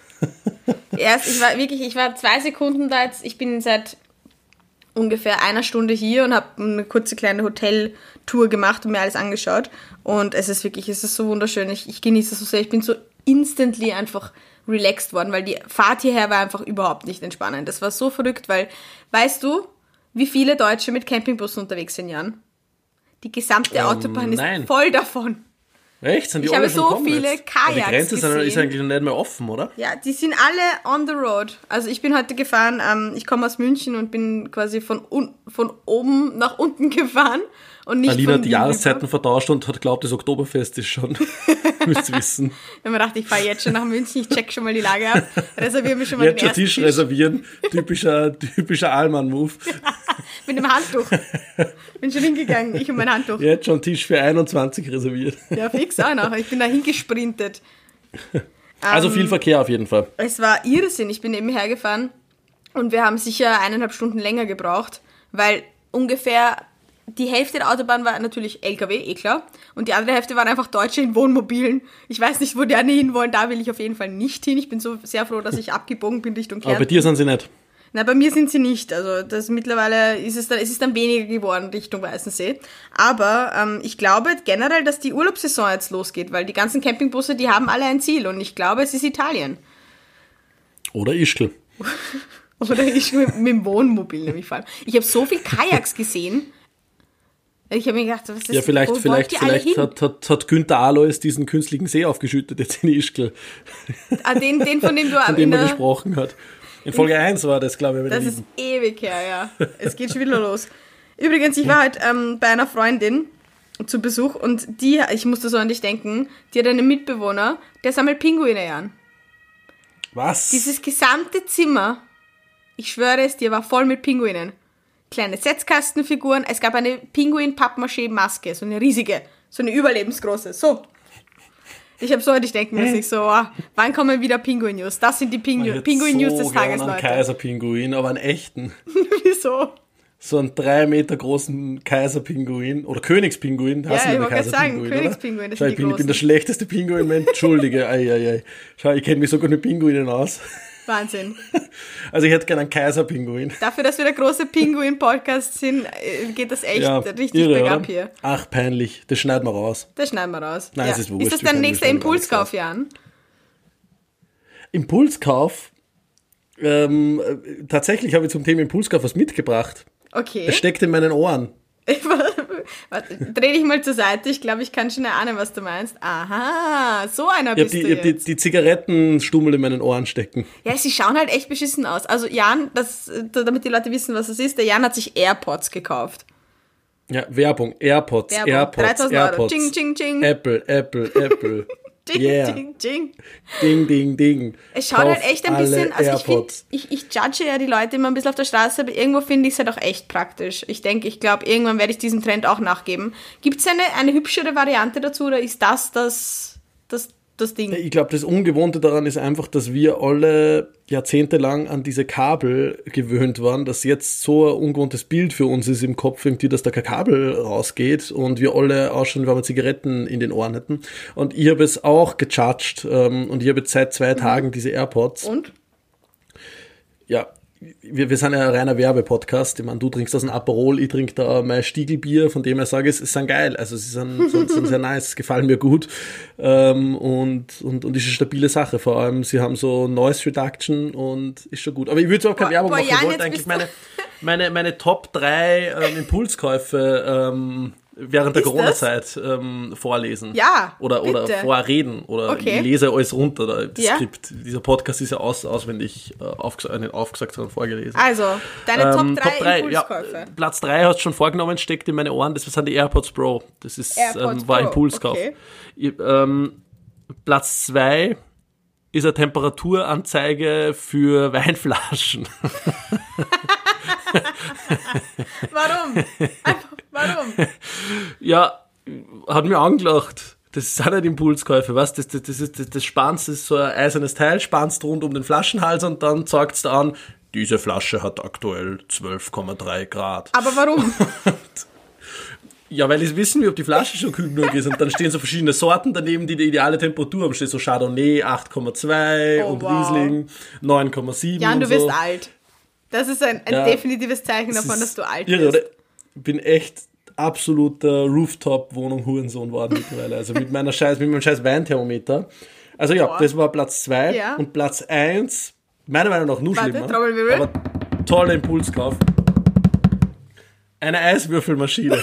Erst, ich war wirklich, ich war zwei Sekunden da jetzt. Ich bin seit ungefähr einer Stunde hier und habe eine kurze kleine Hoteltour gemacht und mir alles angeschaut. Und es ist wirklich, es ist so wunderschön. Ich, ich genieße es so sehr. Ich bin so instantly einfach relaxed worden, weil die Fahrt hierher war einfach überhaupt nicht entspannend. Das war so verrückt, weil, weißt du, wie viele Deutsche mit Campingbussen unterwegs sind, Jan? Die gesamte ähm, Autobahn ist nein. voll davon. Echt? Sind die ich alle habe so schon viele jetzt? Kajaks die Grenze gesehen. ist eigentlich noch nicht mehr offen, oder? Ja, die sind alle on the road. Also ich bin heute gefahren, ähm, ich komme aus München und bin quasi von, un- von oben nach unten gefahren. Und nicht Alina von hat die Jahreszeiten über. vertauscht und hat geglaubt, das Oktoberfest ist schon. Müsst ihr wissen. Wenn man dachte, ich fahre jetzt schon nach München, ich check schon mal die Lage ab, reserviere mir schon mal jetzt den ersten Tisch. Jetzt schon Tisch reservieren, typischer, typischer Allmann-Move. Mit dem Handtuch. Bin schon hingegangen, ich und mein Handtuch. Jetzt schon Tisch für einundzwanzig reserviert. Ja, fix auch noch. Ich bin da hingesprintet. Also viel um, Verkehr auf jeden Fall. Es war Irrsinn. Ich bin eben hergefahren und wir haben sicher eineinhalb Stunden länger gebraucht, weil ungefähr die Hälfte der Autobahn war natürlich L K W, eh klar. Und die andere Hälfte waren einfach Deutsche in Wohnmobilen. Ich weiß nicht, wo die alle hinwollen. Da will ich auf jeden Fall nicht hin. Ich bin so sehr froh, dass ich abgebogen bin Richtung Kärnten. Aber bei dir sind sie nicht. Na, bei mir sind sie nicht. Also das mittlerweile ist es dann, es ist dann weniger geworden Richtung Weißensee. Aber ähm, ich glaube generell, dass die Urlaubssaison jetzt losgeht, weil die ganzen Campingbusse, die haben alle ein Ziel. Und ich glaube, es ist Italien. Oder Ischgl. Oder Ischgl mit, mit dem Wohnmobil nämlich vor allem. Ich habe so viel Kajaks gesehen. Ich habe mir gedacht, was ist ja, vielleicht, wo vielleicht, vielleicht hat, hat, hat Günther Alois diesen künstlichen See aufgeschüttet jetzt in Ischgl. Ah, den, den, von dem du von dem er gesprochen hat. In Folge in, eins war das, glaube ich. Das ist ewig her, ja. Es geht schon wieder los. Übrigens, ich war halt ähm, bei einer Freundin zu Besuch und die, ich musste so an dich denken, die hat einen Mitbewohner, der sammelt Pinguine an. Was? Dieses gesamte Zimmer, ich schwöre es dir, war voll mit Pinguinen. Kleine Setzkastenfiguren, es gab eine Pinguin-Pappmaché-Maske, so eine riesige, so eine überlebensgroße, so. Ich habe so an dich denken müssen, ich so, oh, wann kommen wieder Pinguin-News? Das sind die Pingu- Pinguin-News so des Tages, Leute. Einen Kaiserpinguin, aber einen echten. Wieso? So einen drei Meter großen Kaiserpinguin oder Königspinguin. Ja, ich wollte gerade sagen, Königspinguin, das Schau, sind ich die bin, ich bin der schlechteste Pinguin-Mensch, entschuldige. Ei, ei, ei. Schau, ich kenne mich sogar mit Pinguinen aus. Wahnsinn. Also ich hätte gerne einen Kaiserpinguin. Dafür, dass wir der große Pinguin-Podcast sind, geht das echt ja, richtig irre, bergab oder? hier. Ach, peinlich. Das schneiden wir raus. Das schneiden wir raus. Nein, ja. es ist wurscht. Ist das dein nächster Impulskauf, Jan? Impulskauf? Ähm, tatsächlich habe ich zum Thema Impulskauf was mitgebracht. Okay. Es steckt in meinen Ohren. Warte, dreh dich mal zur Seite. Ich glaube, ich kann schon erahnen, was du meinst. Aha, so einer ich bist die, du ich jetzt. Die, die Zigarettenstummel in meinen Ohren stecken. Ja, sie schauen halt echt beschissen aus. Also Jan, das, damit die Leute wissen, was das ist, der Jan hat sich AirPods gekauft. Ja, Werbung, AirPods, Werbung. AirPods, dreitausend Euro. AirPods. Ching, ching, ching. Apple, Apple, Apple. Ding, yeah. ding, ding. Ding, ding, ding. Es schaut Kauf halt echt ein alle bisschen, also ich finde, AirPods. ich, ich judge ja die Leute immer ein bisschen auf der Straße, aber irgendwo finde ich es halt auch echt praktisch. Ich denke, ich glaube, irgendwann werde ich diesem Trend auch nachgeben. Gibt es eine, eine hübschere Variante dazu oder ist das das, das, das Ding? Ich glaube, das Ungewohnte daran ist einfach, dass wir alle jahrzehntelang an diese Kabel gewöhnt waren, dass jetzt so ein ungewohntes Bild für uns ist im Kopf, irgendwie, dass da kein Kabel rausgeht und wir alle ausschauen, wie wir Zigaretten in den Ohren hätten. Und ich habe es auch gejudged ähm, und ich habe jetzt seit zwei mhm. Tagen diese AirPods. Und? Ja, wir, wir sind ja ein reiner Werbepodcast. Ich meine, du trinkst aus einem Aperol, ich trinke da mein Stiegelbier, von dem ich sage, es, es sind geil. Also sie sind, sind, sind sehr nice, gefallen mir gut. Ähm, und, und, und ist eine stabile Sache. Vor allem, sie haben so Noise Reduction und ist schon gut. Aber ich würde jetzt auch keine Werbung boah, machen. Jan, Ich wollte eigentlich bist meine, meine, meine Top drei ähm, Impulskäufe ähm, während der Ist Corona-Zeit ähm, vorlesen. Ja, Oder, oder bitte. vorreden. Oder Okay. ich lese alles runter. Das Ja. Skript. Dieser Podcast ist ja aus, auswendig äh, aufges- aufgesagt und vorgelesen. Also, deine Ähm, Top drei ja, Impulskäufe. Platz drei hast du schon vorgenommen, steckt in meine Ohren. Das sind die AirPods Pro. Das ist, AirPods ähm, war Pro, Impulskauf. okay. Ich, ähm, Platz zwei ist eine Temperaturanzeige für Weinflaschen. Warum? Einfach, warum? Ja, hat mir angelacht. Das sind nicht Impulskäufe, weißt du? Das, das, das, ist, das, das spannst, das ist so ein eisernes Teil, spannst rund um den Flaschenhals und dann zeigt es an, diese Flasche hat aktuell zwölf Komma drei Grad. Aber warum? Ja, weil ich wissen will, ob die Flasche schon kühl genug ist. Und dann stehen so verschiedene Sorten daneben, die die ideale Temperatur haben. Steht so Chardonnay acht Komma zwei Oh, und wow. Riesling neun Komma sieben. Jan, und du so. wirst alt. Das ist ein, ein Ja, definitives Zeichen Das davon, ist dass du alt irre, bist. oder? Ich bin echt absoluter Rooftop-Wohnung-Hurensohn worden mittlerweile. Also mit meiner scheiß, mit meinem scheiß Weinthermometer. Also ja, Boah. das war Platz zwei. Ja. Und Platz eins, meiner Meinung nach nur Warte, schlimmer. Trommelwirbel. Aber toller Impulskauf. Eine Eiswürfelmaschine.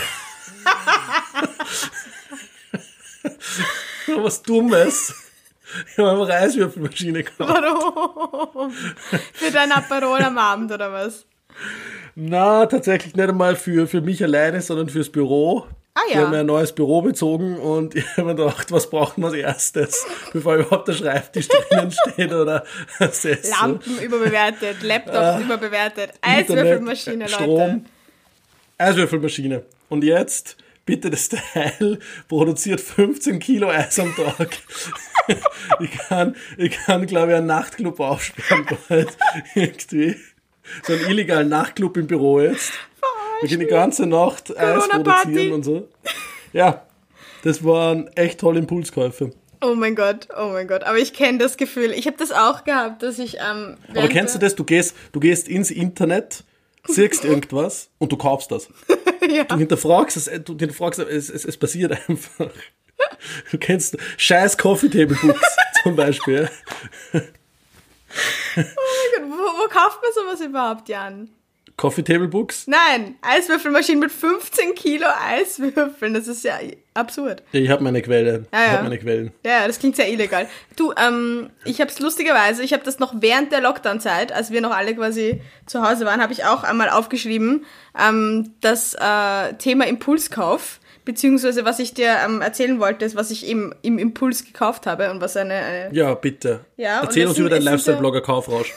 Was Dummes. Ich habe einfach eine Eiswürfelmaschine gekauft. Warum? Für dein Aperol am Abend oder was? Na, tatsächlich nicht einmal für, für mich alleine, sondern fürs Büro. Ah ja. Wir haben ein neues Büro bezogen und ich habe mir gedacht, was braucht man als erstes, bevor überhaupt der Schreibtisch drinnen steht oder ein Sessel. Lampen überbewertet, Laptops Ah, überbewertet, Internet, Eiswürfelmaschine, Leute. Strom, Eiswürfelmaschine. Und jetzt, bitte, das Teil produziert fünfzehn Kilo Eis am Tag. ich kann, ich kann, glaube ich, einen Nachtclub aufsperren bald. Irgendwie. So einen illegalen Nachtclub im Büro jetzt. Wir gehen die ganze Nacht Eis Corona-Party. produzieren und so. Ja, das waren echt tolle Impulskäufe. Oh mein Gott, oh mein Gott. Aber ich kenne das Gefühl. Ich habe das auch gehabt, dass ich... Ähm, Aber kennst du das? Du gehst, du gehst ins Internet, siehst irgendwas und du kaufst das. Ja. Du hinterfragst es, du hinterfragst es, es, es passiert einfach. Du kennst scheiß Coffee Table Books zum Beispiel. Oh mein Gott, wo, wo kauft man sowas überhaupt, Jan? Coffee Table Books? Nein, Eiswürfelmaschinen mit fünfzehn Kilo Eiswürfeln. Das ist ja absurd. Ich habe meine Quelle. Ja, ja. Ich habe meine Quellen. Ja, das klingt sehr illegal. Du, ähm, ich habe es lustigerweise, ich habe das noch während der Lockdown-Zeit, als wir noch alle quasi zu Hause waren, habe ich auch einmal aufgeschrieben, ähm, das äh, Thema Impulskauf, beziehungsweise was ich dir ähm, erzählen wollte, ist, was ich eben im Impuls gekauft habe und was eine... eine Ja, bitte. Ja, und Erzähl das uns sind- über deinen es sind so- Lifestyle-Blogger Kaufrausch.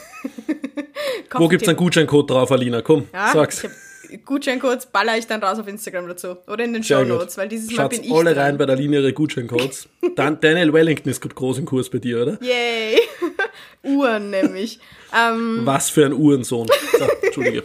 Wo gibt's einen Gutscheincode drauf, Alina? Komm, Ja, sag's. ich hab Gutscheincodes baller ich dann raus auf Instagram dazu. Oder in den Sehr Shownotes, gut. weil dieses Mal Schaut's bin ich alle dran. rein bei der Linie ihre Gutscheincodes. Dan Daniel Wellington ist gerade groß im Kurs bei dir, oder? Yay! Uhren nämlich. Ähm, Was für ein Uhrensohn. So, Entschuldige.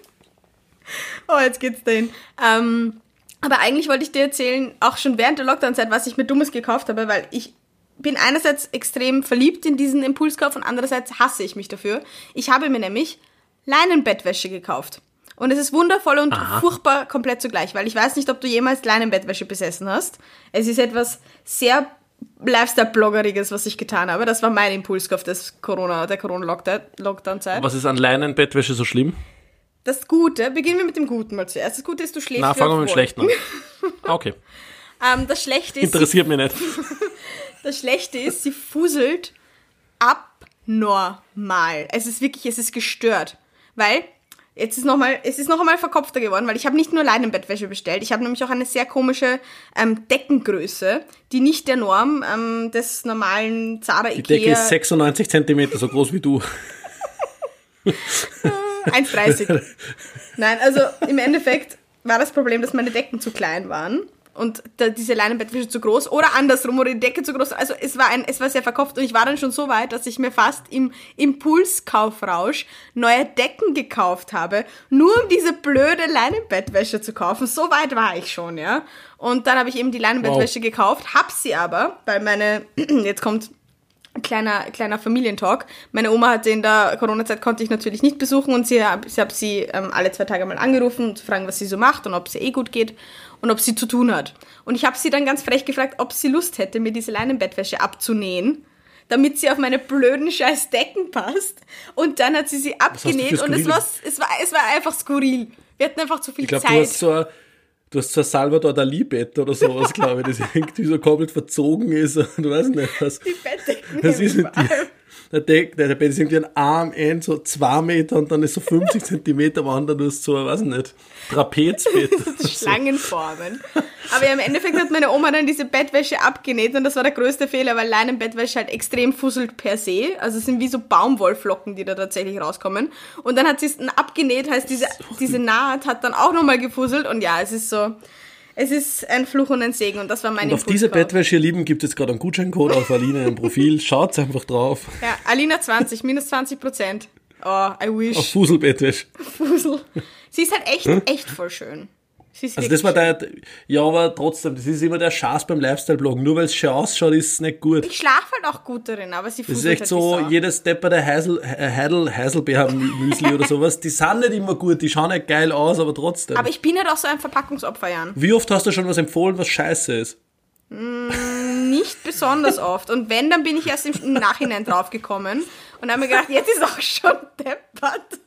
oh, jetzt geht's dahin. Ähm, aber eigentlich wollte ich dir erzählen, auch schon während der Lockdown-Zeit, was ich mir Dummes gekauft habe, weil ich bin einerseits extrem verliebt in diesen Impulskauf und andererseits hasse ich mich dafür. Ich habe mir nämlich Leinenbettwäsche gekauft. Und es ist wundervoll und Aha. furchtbar komplett zugleich, weil ich weiß nicht, ob du jemals Leinenbettwäsche besessen hast. Es ist etwas sehr Lifestyle-Bloggeriges, was ich getan habe. Das war mein Impulskauf des Corona, der Corona-Lockdown-Zeit. Was ist an Leinenbettwäsche so schlimm? Das Gute, beginnen wir mit dem Guten mal zuerst. Das Gute ist, du schläfst Na, wie fangen wir auf mit dem Wohl. Schlechten an. Ah, okay. Ähm, das Schlechte ist, Interessiert mich nicht. das Schlechte ist, sie fuselt abnormal. Es ist wirklich, es ist gestört. Weil Jetzt ist noch mal, es ist noch einmal verkopfter geworden, weil ich habe nicht nur Leinenbettwäsche bestellt, ich habe nämlich auch eine sehr komische ähm, Deckengröße, die nicht der Norm ähm, des normalen Zara Ikea... Die Decke ist sechsundneunzig Zentimeter, so groß wie du. eins dreißig. Nein, also im Endeffekt war das Problem, dass meine Decken zu klein waren und da, diese Leinenbettwäsche zu groß oder andersrum oder die Decke zu groß. Also es war ein, es war sehr verkopft und ich war dann schon so weit, dass ich mir fast im Impulskaufrausch neue Decken gekauft habe, nur um diese blöde Leinenbettwäsche zu kaufen. So weit war ich schon, ja. Und dann habe ich eben die Leinenbettwäsche wow. gekauft, hab sie aber, weil meine, jetzt kommt kleiner kleiner Familientalk. Meine Oma hatte in der Corona-Zeit, konnte ich natürlich nicht besuchen und sie, ich habe sie ähm, alle zwei Tage mal angerufen, um zu fragen, was sie so macht und ob es ihr eh gut geht und ob sie zu tun hat. Und ich habe sie dann ganz frech gefragt, ob sie Lust hätte, mir diese Leinenbettwäsche abzunähen, damit sie auf meine blöden scheiß Decken passt. Und dann hat sie sie abgenäht und es war, es, war, es war einfach skurril. Wir hatten einfach zu viel ich glaub, Zeit. Du hast so ein Du hast so ein Salvador Dali-Bett oder sowas, glaube ich, das irgendwie so komplett verzogen ist und du weißt nicht was. Die Bettdecken. Das ist nicht die, der, Deck, der Bett ist irgendwie ein Arm ein, so zwei Meter und dann ist so fünfzig Zentimeter wandern, du hast so, weiß ich nicht, Trapezbett. Schlangenformen. Aber ja, im Endeffekt hat meine Oma dann diese Bettwäsche abgenäht und das war der größte Fehler, weil Leinenbettwäsche halt extrem fusselt per se. Also es sind wie so Baumwollflocken, die da tatsächlich rauskommen. Und dann hat sie es dann abgenäht, heißt diese, diese Naht hat dann auch nochmal gefusselt und ja, es ist so, es ist ein Fluch und ein Segen und das war mein Und auf diese Bettwäsche, ihr Lieben, gibt es jetzt gerade einen Gutscheincode auf Alina im Profil. Schaut einfach drauf. Ja, Alina zwanzig, minus zwanzig Prozent. Oh, I wish. Auf Fuselbettwäsche. Fusel. Sie ist halt echt, hm? echt voll schön. Also das war der, ja, aber trotzdem, das ist immer der Schatz beim Lifestyle-Blog. Nur weil es schön ausschaut, ist es nicht gut. Ich schlafe halt auch gut darin, aber sie fuselt. Das ist echt halt so, jedes Depper der Heisel, Heidel, Heiselbeer-Müsli oder sowas, die sind nicht immer gut, die schauen nicht geil aus, aber trotzdem. Aber ich bin halt auch so ein Verpackungsopfer, Jan. Wie oft hast du schon was empfohlen, was scheiße ist? Mm, nicht besonders oft. Und wenn, dann bin ich erst im Nachhinein draufgekommen und habe mir gedacht, jetzt ist auch schon deppert.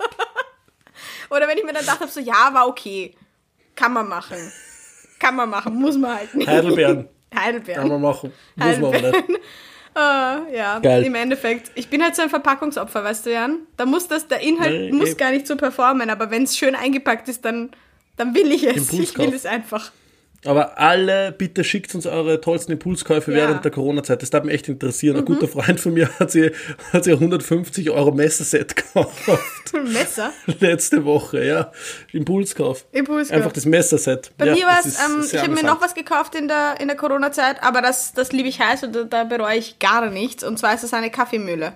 Oder wenn ich mir dann gedacht habe, so, ja, war okay. Kann man machen. Kann man machen, muss man halt nicht. Heidelbeeren. Heidelbeeren. Kann man machen, muss man aber nicht. Uh, ja, Geil. Im Endeffekt. Ich bin halt so ein Verpackungsopfer, weißt du, Jan? Da muss das, der Inhalt nee, muss gar nicht so performen, aber wenn es schön eingepackt ist, dann, dann will ich es. Ich will es einfach. Aber alle, bitte schickt uns eure tollsten Impulskäufe ja. während der Corona-Zeit. Das darf mich echt interessieren. Mhm. Ein guter Freund von mir hat sich, hat sich ein hundertfünfzig Euro Messerset gekauft. Messer? Letzte Woche, ja. Impulskauf. Impulskauf. Einfach das Messerset. Bei ja, mir war es, ähm, ich habe mir noch was gekauft in der, in der Corona-Zeit, aber das, das liebe ich heiß und da, da bereue ich gar nichts. Und zwar ist es eine Kaffeemühle.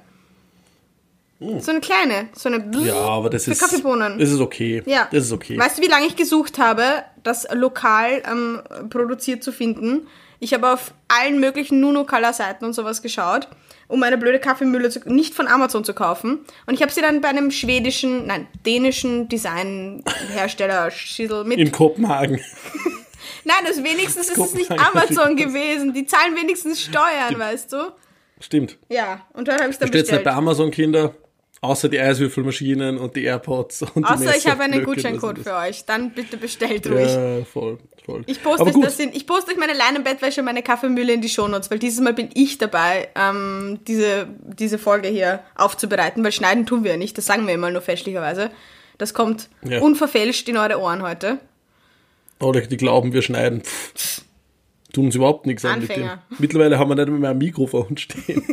So eine kleine, so eine Bzzz ja, aber das für ist, Kaffeebohnen. Das ist okay. Ja. Das ist okay. Weißt du, wie lange ich gesucht habe, das lokal ähm, produziert zu finden? Ich habe auf allen möglichen Nuno-Color-Seiten und sowas geschaut, um eine blöde Kaffeemühle zu, nicht von Amazon zu kaufen. Und ich habe sie dann bei einem schwedischen, nein, dänischen Designhersteller Schissel mit. In Kopenhagen. Nein, das wenigstens ist es nicht Amazon gewesen. Die zahlen wenigstens Steuern, Stimmt. weißt du? Stimmt. Ja, und dann habe ich es dann bestellt. bestellt. Nicht bei Amazon, Kinder. Außer die Eiswürfelmaschinen und die AirPods. Und Außer die Messer, ich habe einen Blöcke, Gutscheincode für euch. Dann bitte bestellt ruhig. Ja, voll, voll. Ich poste, euch, das in, ich poste euch meine Leinenbettwäsche und meine Kaffeemühle in die Shownotes, weil dieses Mal bin ich dabei, ähm, diese, diese Folge hier aufzubereiten, weil schneiden tun wir ja nicht, das sagen wir immer nur fälschlicherweise. Das kommt ja. unverfälscht in eure Ohren heute. Oder die glauben, wir schneiden. Pff, tun uns überhaupt nichts an. Anfänger. Mittlerweile haben wir nicht mehr ein Mikrofon stehen.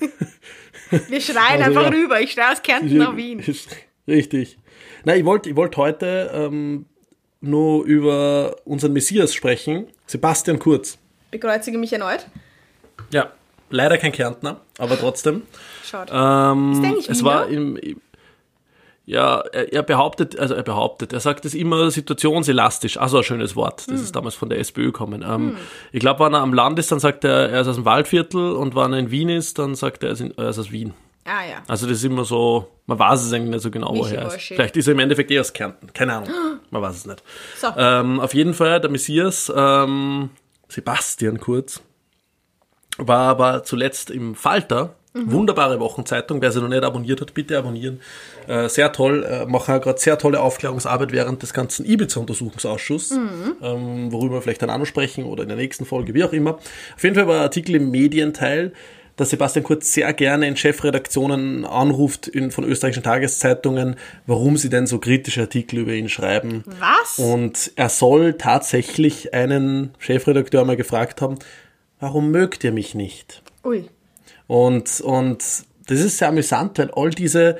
Wir schreien also, einfach ja. rüber. Ich schreie aus Kärnten nach Wien. Richtig. Nein, ich wollte ich wollt heute ähm, nur über unseren Messias sprechen. Sebastian Kurz. Bekreuzige mich erneut. Ja, leider kein Kärntner, aber trotzdem. Schaut. Ähm, Ist der nicht es Wiener? war im, ja, er, er behauptet, also er behauptet, er sagt es immer situationselastisch, also ein schönes Wort, das hm. ist damals von der SPÖ gekommen. Ähm, hm. Ich glaube, wenn er am Land ist, dann sagt er, er ist aus dem Waldviertel und wenn er in Wien ist, dann sagt er, er ist, in, er ist aus Wien. Ah ja. Also das ist immer so, man weiß es eigentlich nicht so genau, woher er ist. Vielleicht ist er im Endeffekt eher aus Kärnten, keine Ahnung, man weiß es nicht. So. Ähm, auf jeden Fall, der Messias, ähm, Sebastian Kurz, war aber zuletzt im Falter. Mhm. Wunderbare Wochenzeitung, wer sie noch nicht abonniert hat, bitte abonnieren. Äh, sehr toll, äh, machen gerade sehr tolle Aufklärungsarbeit während des ganzen Ibiza-Untersuchungsausschusses, mhm. ähm, worüber wir vielleicht dann ansprechen oder in der nächsten Folge, wie auch immer. Auf jeden Fall war ein Artikel im Medienteil, dass Sebastian Kurz sehr gerne in Chefredaktionen anruft in, von österreichischen Tageszeitungen, warum sie denn so kritische Artikel über ihn schreiben. Was? Und er soll tatsächlich einen Chefredakteur mal gefragt haben, warum mögt ihr mich nicht? Ui. Und, und das ist sehr amüsant, weil all diese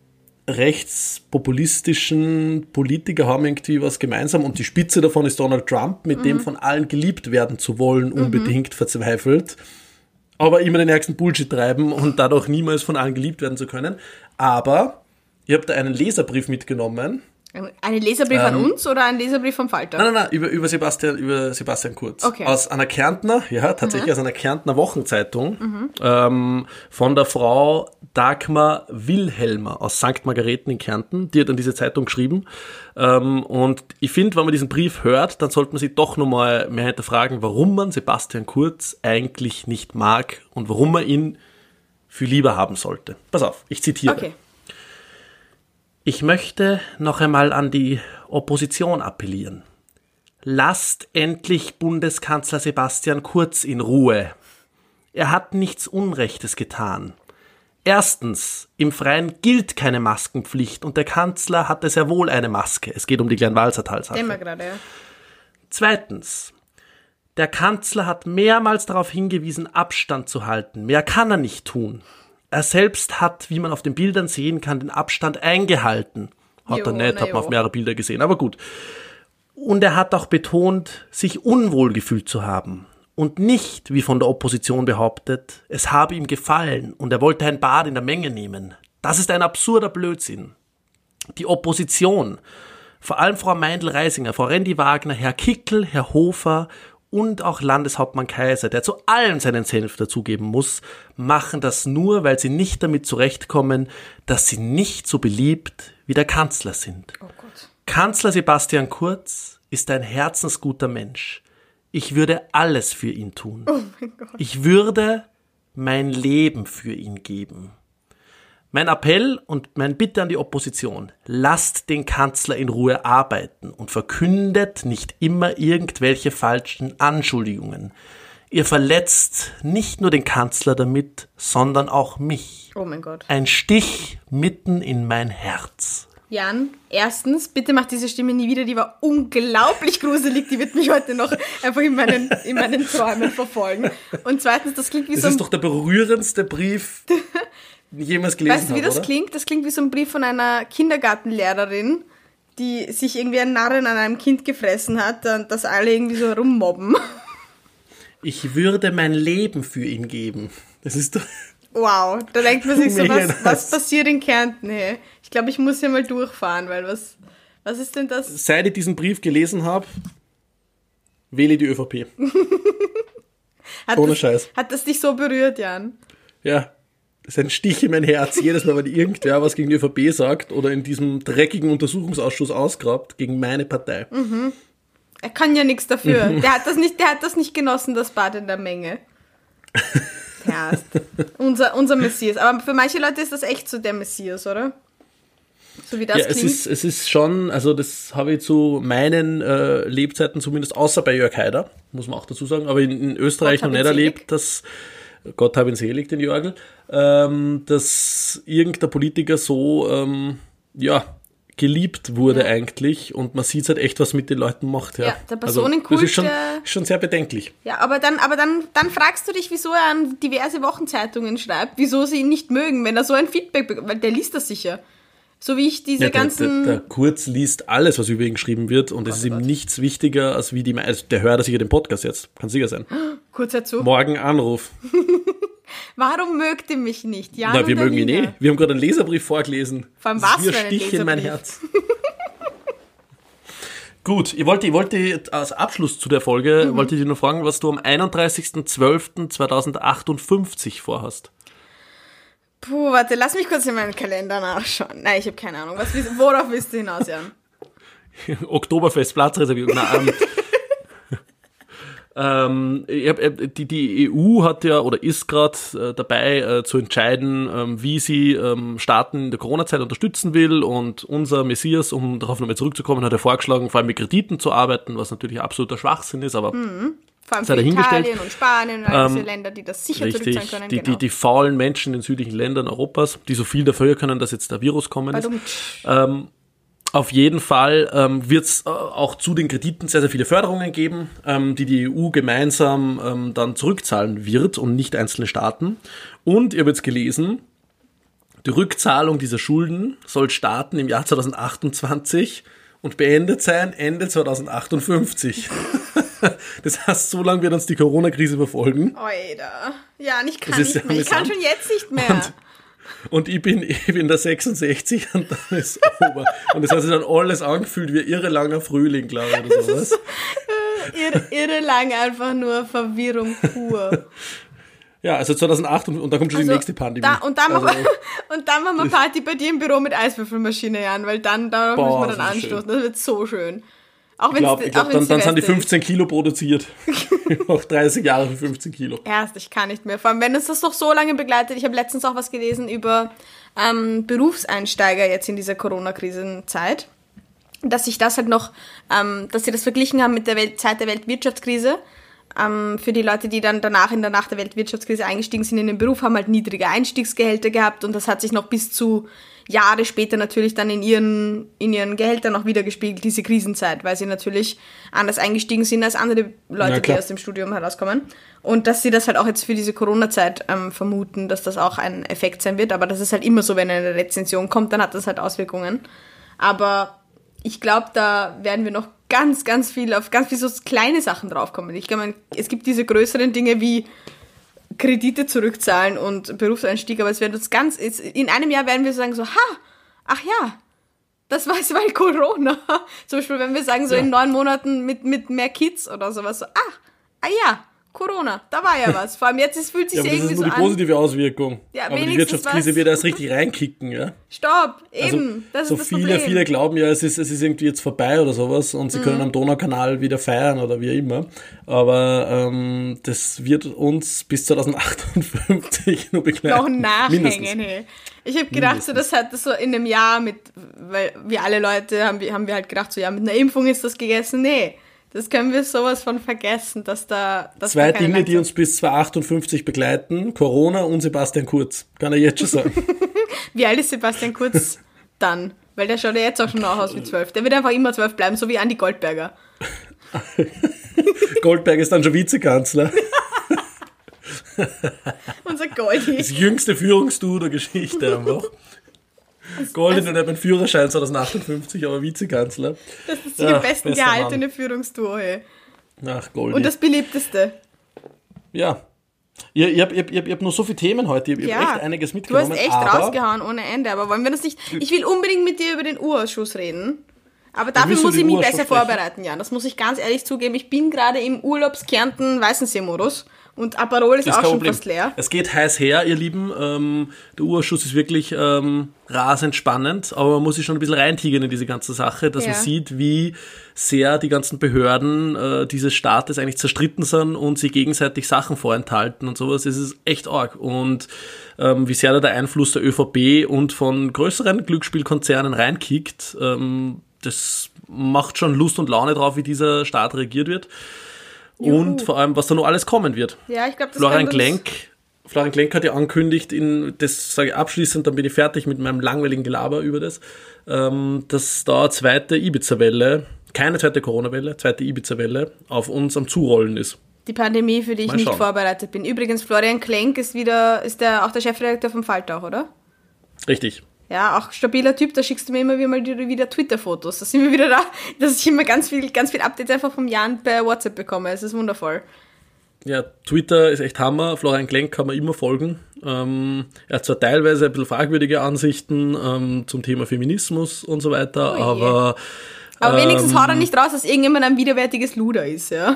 rechtspopulistischen Politiker haben irgendwie was gemeinsam und die Spitze davon ist Donald Trump, mit mhm. dem von allen geliebt werden zu wollen, unbedingt mhm. verzweifelt, aber immer den ärgsten Bullshit treiben und dadurch niemals von allen geliebt werden zu können. Aber ich habe da einen Leserbrief mitgenommen. Einen Leserbrief ähm, an uns oder einen Leserbrief vom Falter? Nein, nein, nein, über, über, Sebastian, über Sebastian Kurz. Okay. Aus einer Kärntner, ja, tatsächlich mhm. aus einer Kärntner Wochenzeitung, mhm. ähm, von der Frau Dagmar Wilhelmer aus Sankt Margareten in Kärnten. Die hat an diese Zeitung geschrieben. Ähm, und ich finde, wenn man diesen Brief hört, dann sollte man sich doch nochmal mehr hinterfragen, warum man Sebastian Kurz eigentlich nicht mag und warum man ihn viel lieber haben sollte. Pass auf, ich zitiere. Okay. Ich möchte noch einmal an die Opposition appellieren. Lasst endlich Bundeskanzler Sebastian Kurz in Ruhe. Er hat nichts Unrechtes getan. Erstens, im Freien gilt keine Maskenpflicht und der Kanzler hatte sehr wohl eine Maske. Es geht um die Kleinwalsertal-Sache. Immer gerade, ja. Zweitens, der Kanzler hat mehrmals darauf hingewiesen, Abstand zu halten. Mehr kann er nicht tun. Er selbst hat, wie man auf den Bildern sehen kann, den Abstand eingehalten. Hat jo, er nicht, hat man jo. auf mehrere Bilder gesehen, aber gut. Und er hat auch betont, sich unwohl gefühlt zu haben. Und nicht, wie von der Opposition behauptet, es habe ihm gefallen und er wollte ein Bad in der Menge nehmen. Das ist ein absurder Blödsinn. Die Opposition, vor allem Frau Meindl-Reisinger, Frau Rendi-Wagner, Herr Kickl, Herr Hofer und auch Landeshauptmann Kaiser, der zu allem seinen Senf dazugeben muss, machen das nur, weil sie nicht damit zurechtkommen, dass sie nicht so beliebt wie der Kanzler sind. Oh Gott. Kanzler Sebastian Kurz ist ein herzensguter Mensch. Ich würde alles für ihn tun. Oh mein Gott. Ich würde mein Leben für ihn geben. Mein Appell und mein Bitte an die Opposition, lasst den Kanzler in Ruhe arbeiten und verkündet nicht immer irgendwelche falschen Anschuldigungen. Ihr verletzt nicht nur den Kanzler damit, sondern auch mich. Oh mein Gott. Ein Stich mitten in mein Herz. Jan, erstens, bitte mach diese Stimme nie wieder, die war unglaublich gruselig, die wird mich heute noch einfach in meinen, in meinen Träumen verfolgen. Und zweitens, das klingt wie das so ein... Das ist doch der berührendste Brief, den ich jemals gelesen habe, Weißt du, wie das oder? klingt? Das klingt wie so ein Brief von einer Kindergartenlehrerin, die sich irgendwie ein Narren an einem Kind gefressen hat und das alle irgendwie so rummobben. Ich würde mein Leben für ihn geben. Das ist doch... Wow, da denkt man sich so, was, was passiert in Kärnten? Hey? Ich glaube, ich muss hier mal durchfahren, weil was, was ist denn das? Seit ich diesen Brief gelesen habe, wähle die ÖVP. Hat Ohne das, Scheiß. Hat das dich so berührt, Jan? Ja, das ist ein Stich in mein Herz. Jedes Mal, wenn irgendwer was gegen die ÖVP sagt oder in diesem dreckigen Untersuchungsausschuss ausgrabt gegen meine Partei. Mhm. Er kann ja nichts dafür. Der hat das nicht, der hat das nicht genossen, das Bad in der Menge. Ja, unser, unser Messias. Aber für manche Leute ist das echt so der Messias, oder? So wie das ja, klingt. es ist, es ist schon, also das habe ich zu meinen äh, Lebzeiten zumindest, außer bei Jörg Haider, muss man auch dazu sagen, aber in, in Österreich noch nicht erlebt, dass, Gott hab ihn selig, den Jörgl, ähm, dass irgendein Politiker so, ähm, ja, geliebt wurde ja. eigentlich und man sieht halt echt, was mit den Leuten macht. Ja, ja der Personenkult. Also, das ist schon, schon sehr bedenklich. Ja, aber dann, aber dann, dann fragst du dich, wieso er an diverse Wochenzeitungen schreibt, wieso sie ihn nicht mögen, wenn er so ein Feedback bekommt, weil der liest das sicher. So wie ich diese ja, der, ganzen... Der, der Kurz liest alles, was über ihn geschrieben wird und es ist ihm nichts wichtiger, als wie die... Also der hört sicher den Podcast jetzt, kann sicher sein. Kurz dazu. Morgen Anruf. Warum mögt ihr mich nicht? Jan Na, wir mögen ihn Alina. eh. Wir haben gerade einen Leserbrief vorgelesen. Vor allem was für ein Stich Leserbrief? in mein Herz. Gut, ich wollte, ich wollte als Abschluss zu der Folge, mhm. wollte ich dich nur fragen, was du am einunddreißigsten zwölften zweitausendachtundsechzig vorhast. Puh, warte, lass mich kurz in meinen Kalender nachschauen. Nein, ich habe keine Ahnung. Was, worauf willst du hinaus, Jan? Oktoberfest, Platzreservierung. Nein, ähm, Ähm, ich hab, die, die E U hat ja oder ist gerade äh, dabei äh, zu entscheiden, ähm, wie sie ähm, Staaten in der Corona-Zeit unterstützen will, und unser Messias, um darauf nochmal zurückzukommen, hat er vorgeschlagen, vor allem mit Krediten zu arbeiten, was natürlich absoluter Schwachsinn ist, aber mhm. Vor allem sei für dahingestellt. Italien und Spanien und all diese Ähm, Länder, die das sicher Richtig, zurückzahlen können. die, genau. die, die faulen Menschen in südlichen Ländern Europas, die so viel dafür können, dass jetzt der Virus kommen ist. Ähm, auf jeden Fall ähm, wird es äh, auch zu den Krediten sehr, sehr viele Förderungen geben, ähm, die die E U gemeinsam ähm, dann zurückzahlen wird und nicht einzelne Staaten. Und ihr habt jetzt gelesen, die Rückzahlung dieser Schulden soll starten im Jahr zwanzig achtundzwanzig und beendet sein Ende zwanzig achtundfünfzig. Das heißt, so lange wird uns die Corona-Krise verfolgen. Oida. Ja, und ich kann Das ist nicht mehr. Ich kann amüsant. schon jetzt nicht mehr. Und, und ich bin, ich bin der sechsundsechzig und dann ist Ober. Und das hat sich dann alles angefühlt wie irre langer Frühling, glaube ich, oder sowas. irre, irre lang einfach nur Verwirrung pur. Ja, also zweitausendacht und, und da kommt schon Also, die nächste Pandemie. Da, und, dann also, machen wir, und dann machen wir Party bei dir im Büro mit Eiswürfelmaschine, Jan, weil dann darauf Boah, müssen wir dann das ist anstoßen. schön. Das wird so schön. Auch ich wenn glaube, es glaub, dann, dann sind die fünfzehn Kilo produziert. Auch dreißig Jahre für fünfzehn Kilo. Erst, ich kann nicht mehr. Vor allem, wenn uns das doch so lange begleitet. Ich habe letztens auch was gelesen über ähm, Berufseinsteiger jetzt in dieser Corona-Krisenzeit. Dass sich das halt noch, ähm, dass sie das verglichen haben mit der Welt, Zeit der Weltwirtschaftskrise. Ähm, für die Leute, die dann danach in der Nach der Weltwirtschaftskrise eingestiegen sind in den Beruf, haben halt niedrige Einstiegsgehälter gehabt und das hat sich noch bis zu Jahre später natürlich dann in ihren, in ihren Gehältern noch wieder gespiegelt, diese Krisenzeit, weil sie natürlich anders eingestiegen sind als andere Leute, die aus dem Studium herauskommen. Und dass sie das halt auch jetzt für diese Corona-Zeit ähm, vermuten, dass das auch ein Effekt sein wird. Aber das ist halt immer so, wenn eine Rezension kommt, dann hat das halt Auswirkungen. Aber ich glaube, da werden wir noch ganz, ganz viel auf ganz viele so kleine Sachen draufkommen. Ich glaube, es gibt diese größeren Dinge wie Kredite zurückzahlen und Berufseinstieg, aber es wird uns ganz, in einem Jahr werden wir sagen so, ha, ach ja, das war es, weil Corona. Zum Beispiel, wenn wir sagen so ja. in neun Monaten mit, mit mehr Kids oder sowas, so, ach, ah ja, Corona, da war ja was. Vor allem jetzt es fühlt sich ja, irgendwie so an. Das ist nur die positive Auswirkung. Ja, aber die Wirtschaftskrise was. wird erst richtig reinkicken, ja. Stopp, eben, also, das so ist das viele, Problem. viele glauben ja, es ist, es ist irgendwie jetzt vorbei oder sowas und sie mhm. können am Donaukanal wieder feiern oder wie immer. Aber ähm, das wird uns bis zwanzig achtundfünfzig nur begleiten. Noch nachhängen, hey. Ich habe gedacht, so, das hat das so in einem Jahr mit, weil wir alle Leute haben, haben wir halt gedacht, so ja, mit einer Impfung ist das gegessen. Nee. Das können wir sowas von vergessen, dass da... Dass Zwei da keine Dinge, die uns bis zwanzig achtundfünfzig begleiten, Corona und Sebastian Kurz. Kann er jetzt schon sagen. Wie alt ist Sebastian Kurz dann? Weil der schaut ja jetzt auch schon noch aus wie zwölf. Der wird einfach immer zwölf bleiben, so wie Andi Goldberger. Goldberger ist dann schon Vizekanzler. Unser Goldi. Das jüngste Führungsduo der Geschichte einfach. Golden und hat einen Führerschein zwanzig achtundfünfzig, aber Vizekanzler. Das ist die ja, am besten gehaltene Mann. Führungsduo. Hey. Ach, Goldi. Und das beliebteste. Ja. Ihr, ihr, ihr, ihr, ihr habt nur so viele Themen heute, ihr, ihr ja. habt echt einiges mitgenommen. Du hast echt rausgehauen ohne Ende, aber wollen wir das nicht... Ich will unbedingt mit dir über den Urausschuss reden. Aber dafür muss ich mich besser vorbereiten, Jan. Das muss ich ganz ehrlich zugeben. Ich bin gerade im Urlaubskärnten-Weißensee-Modus. Und Aperol ist, ist auch schon Problem. Fast leer. Es geht heiß her, ihr Lieben. Ähm, der Urausschuss ist wirklich ähm, rasend spannend, aber man muss sich schon ein bisschen reintigern in diese ganze Sache, dass ja. man sieht, wie sehr die ganzen Behörden äh, dieses Staates eigentlich zerstritten sind und sich gegenseitig Sachen vorenthalten und sowas. Es ist echt arg. Und ähm, wie sehr da der Einfluss der ÖVP und von größeren Glücksspielkonzernen reinkickt, ähm, das macht schon Lust und Laune drauf, wie dieser Staat regiert wird. Juhu. Und vor allem, was da noch alles kommen wird. Ja, ich glaube, das Florian Klenk, Florian Klenk hat ja angekündigt, in, das sage ich abschließend, dann bin ich fertig mit meinem langweiligen Gelaber über das, ähm, dass da eine zweite Ibiza-Welle, keine zweite Corona-Welle, zweite Ibiza-Welle auf uns am Zurollen ist. Die Pandemie, für die ich Mal nicht schauen. vorbereitet bin. Übrigens, Florian Klenk ist wieder, ist der auch der Chefredakteur vom Falter auch, oder? Richtig. Ja, auch stabiler Typ, da schickst du mir immer wieder, wieder Twitter-Fotos. Da sind wir wieder da, dass ich immer ganz viel, ganz viel Updates einfach vom Jan per WhatsApp bekomme. Es ist wundervoll. Ja, Twitter ist echt Hammer. Florian Klenk kann man immer folgen. Ähm, er hat zwar teilweise ein bisschen fragwürdige Ansichten ähm, zum Thema Feminismus und so weiter, oh aber... Aber ähm, wenigstens haut er nicht raus, dass irgendjemand ein widerwärtiges Luder ist, ja?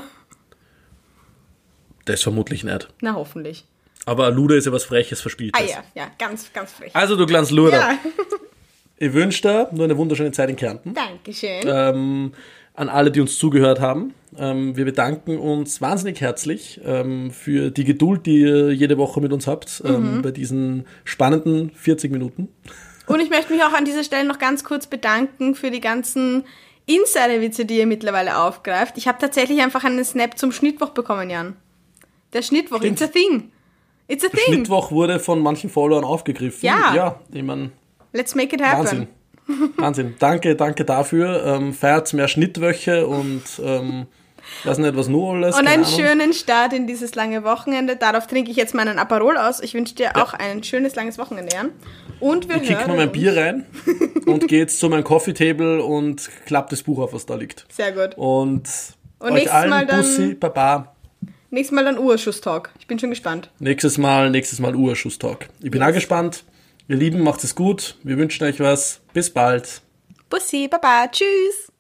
Das vermutlich nicht. Na, hoffentlich. Aber Luder ist ja was Freches, Verspieltes. Ah ja, ja, ganz, ganz frech. Also du kleines Luder. Ja. Ich wünsche dir nur eine wunderschöne Zeit in Kärnten. Dankeschön. Ähm, an alle, die uns zugehört haben. Ähm, wir bedanken uns wahnsinnig herzlich ähm, für die Geduld, die ihr jede Woche mit uns habt, ähm, mhm. bei diesen spannenden vierzig Minuten. Und ich möchte mich auch an dieser Stelle noch ganz kurz bedanken für die ganzen Insider-Witze, die ihr mittlerweile aufgreift. Ich habe tatsächlich einfach einen Snap zum Schnittwoch bekommen, Jan. Der Schnittwoch, Stimmt. it's a thing. It's a Der thing. Schnittwoch wurde von manchen Followern aufgegriffen. Ja. Ja, ich mein, Let's make it happen. Wahnsinn. Wahnsinn. Danke, danke dafür. Ähm, feiert mehr Schnittwöche und ähm, weiß nicht, was nur alles. Und keine einen Ahnung. schönen Start in dieses lange Wochenende. Darauf trinke ich jetzt meinen Aperol aus. Ich wünsche dir auch ein schönes, langes Wochenende, Jan. Und wir Ich kick hören noch mein uns. Bier rein und gehe jetzt zu meinem Coffee Table und klapp das Buch auf, was da liegt. Sehr gut. Und, Und euch nächstes allen Mal dann- Bussi, Baba. Nächstes Mal dann Urschuss-Talk. Ich bin schon gespannt. Nächstes Mal, nächstes Mal Urschuss-Talk. Ich bin Yes. auch gespannt. Ihr Lieben, macht es gut. Wir wünschen euch was. Bis bald. Bussi, Baba, tschüss.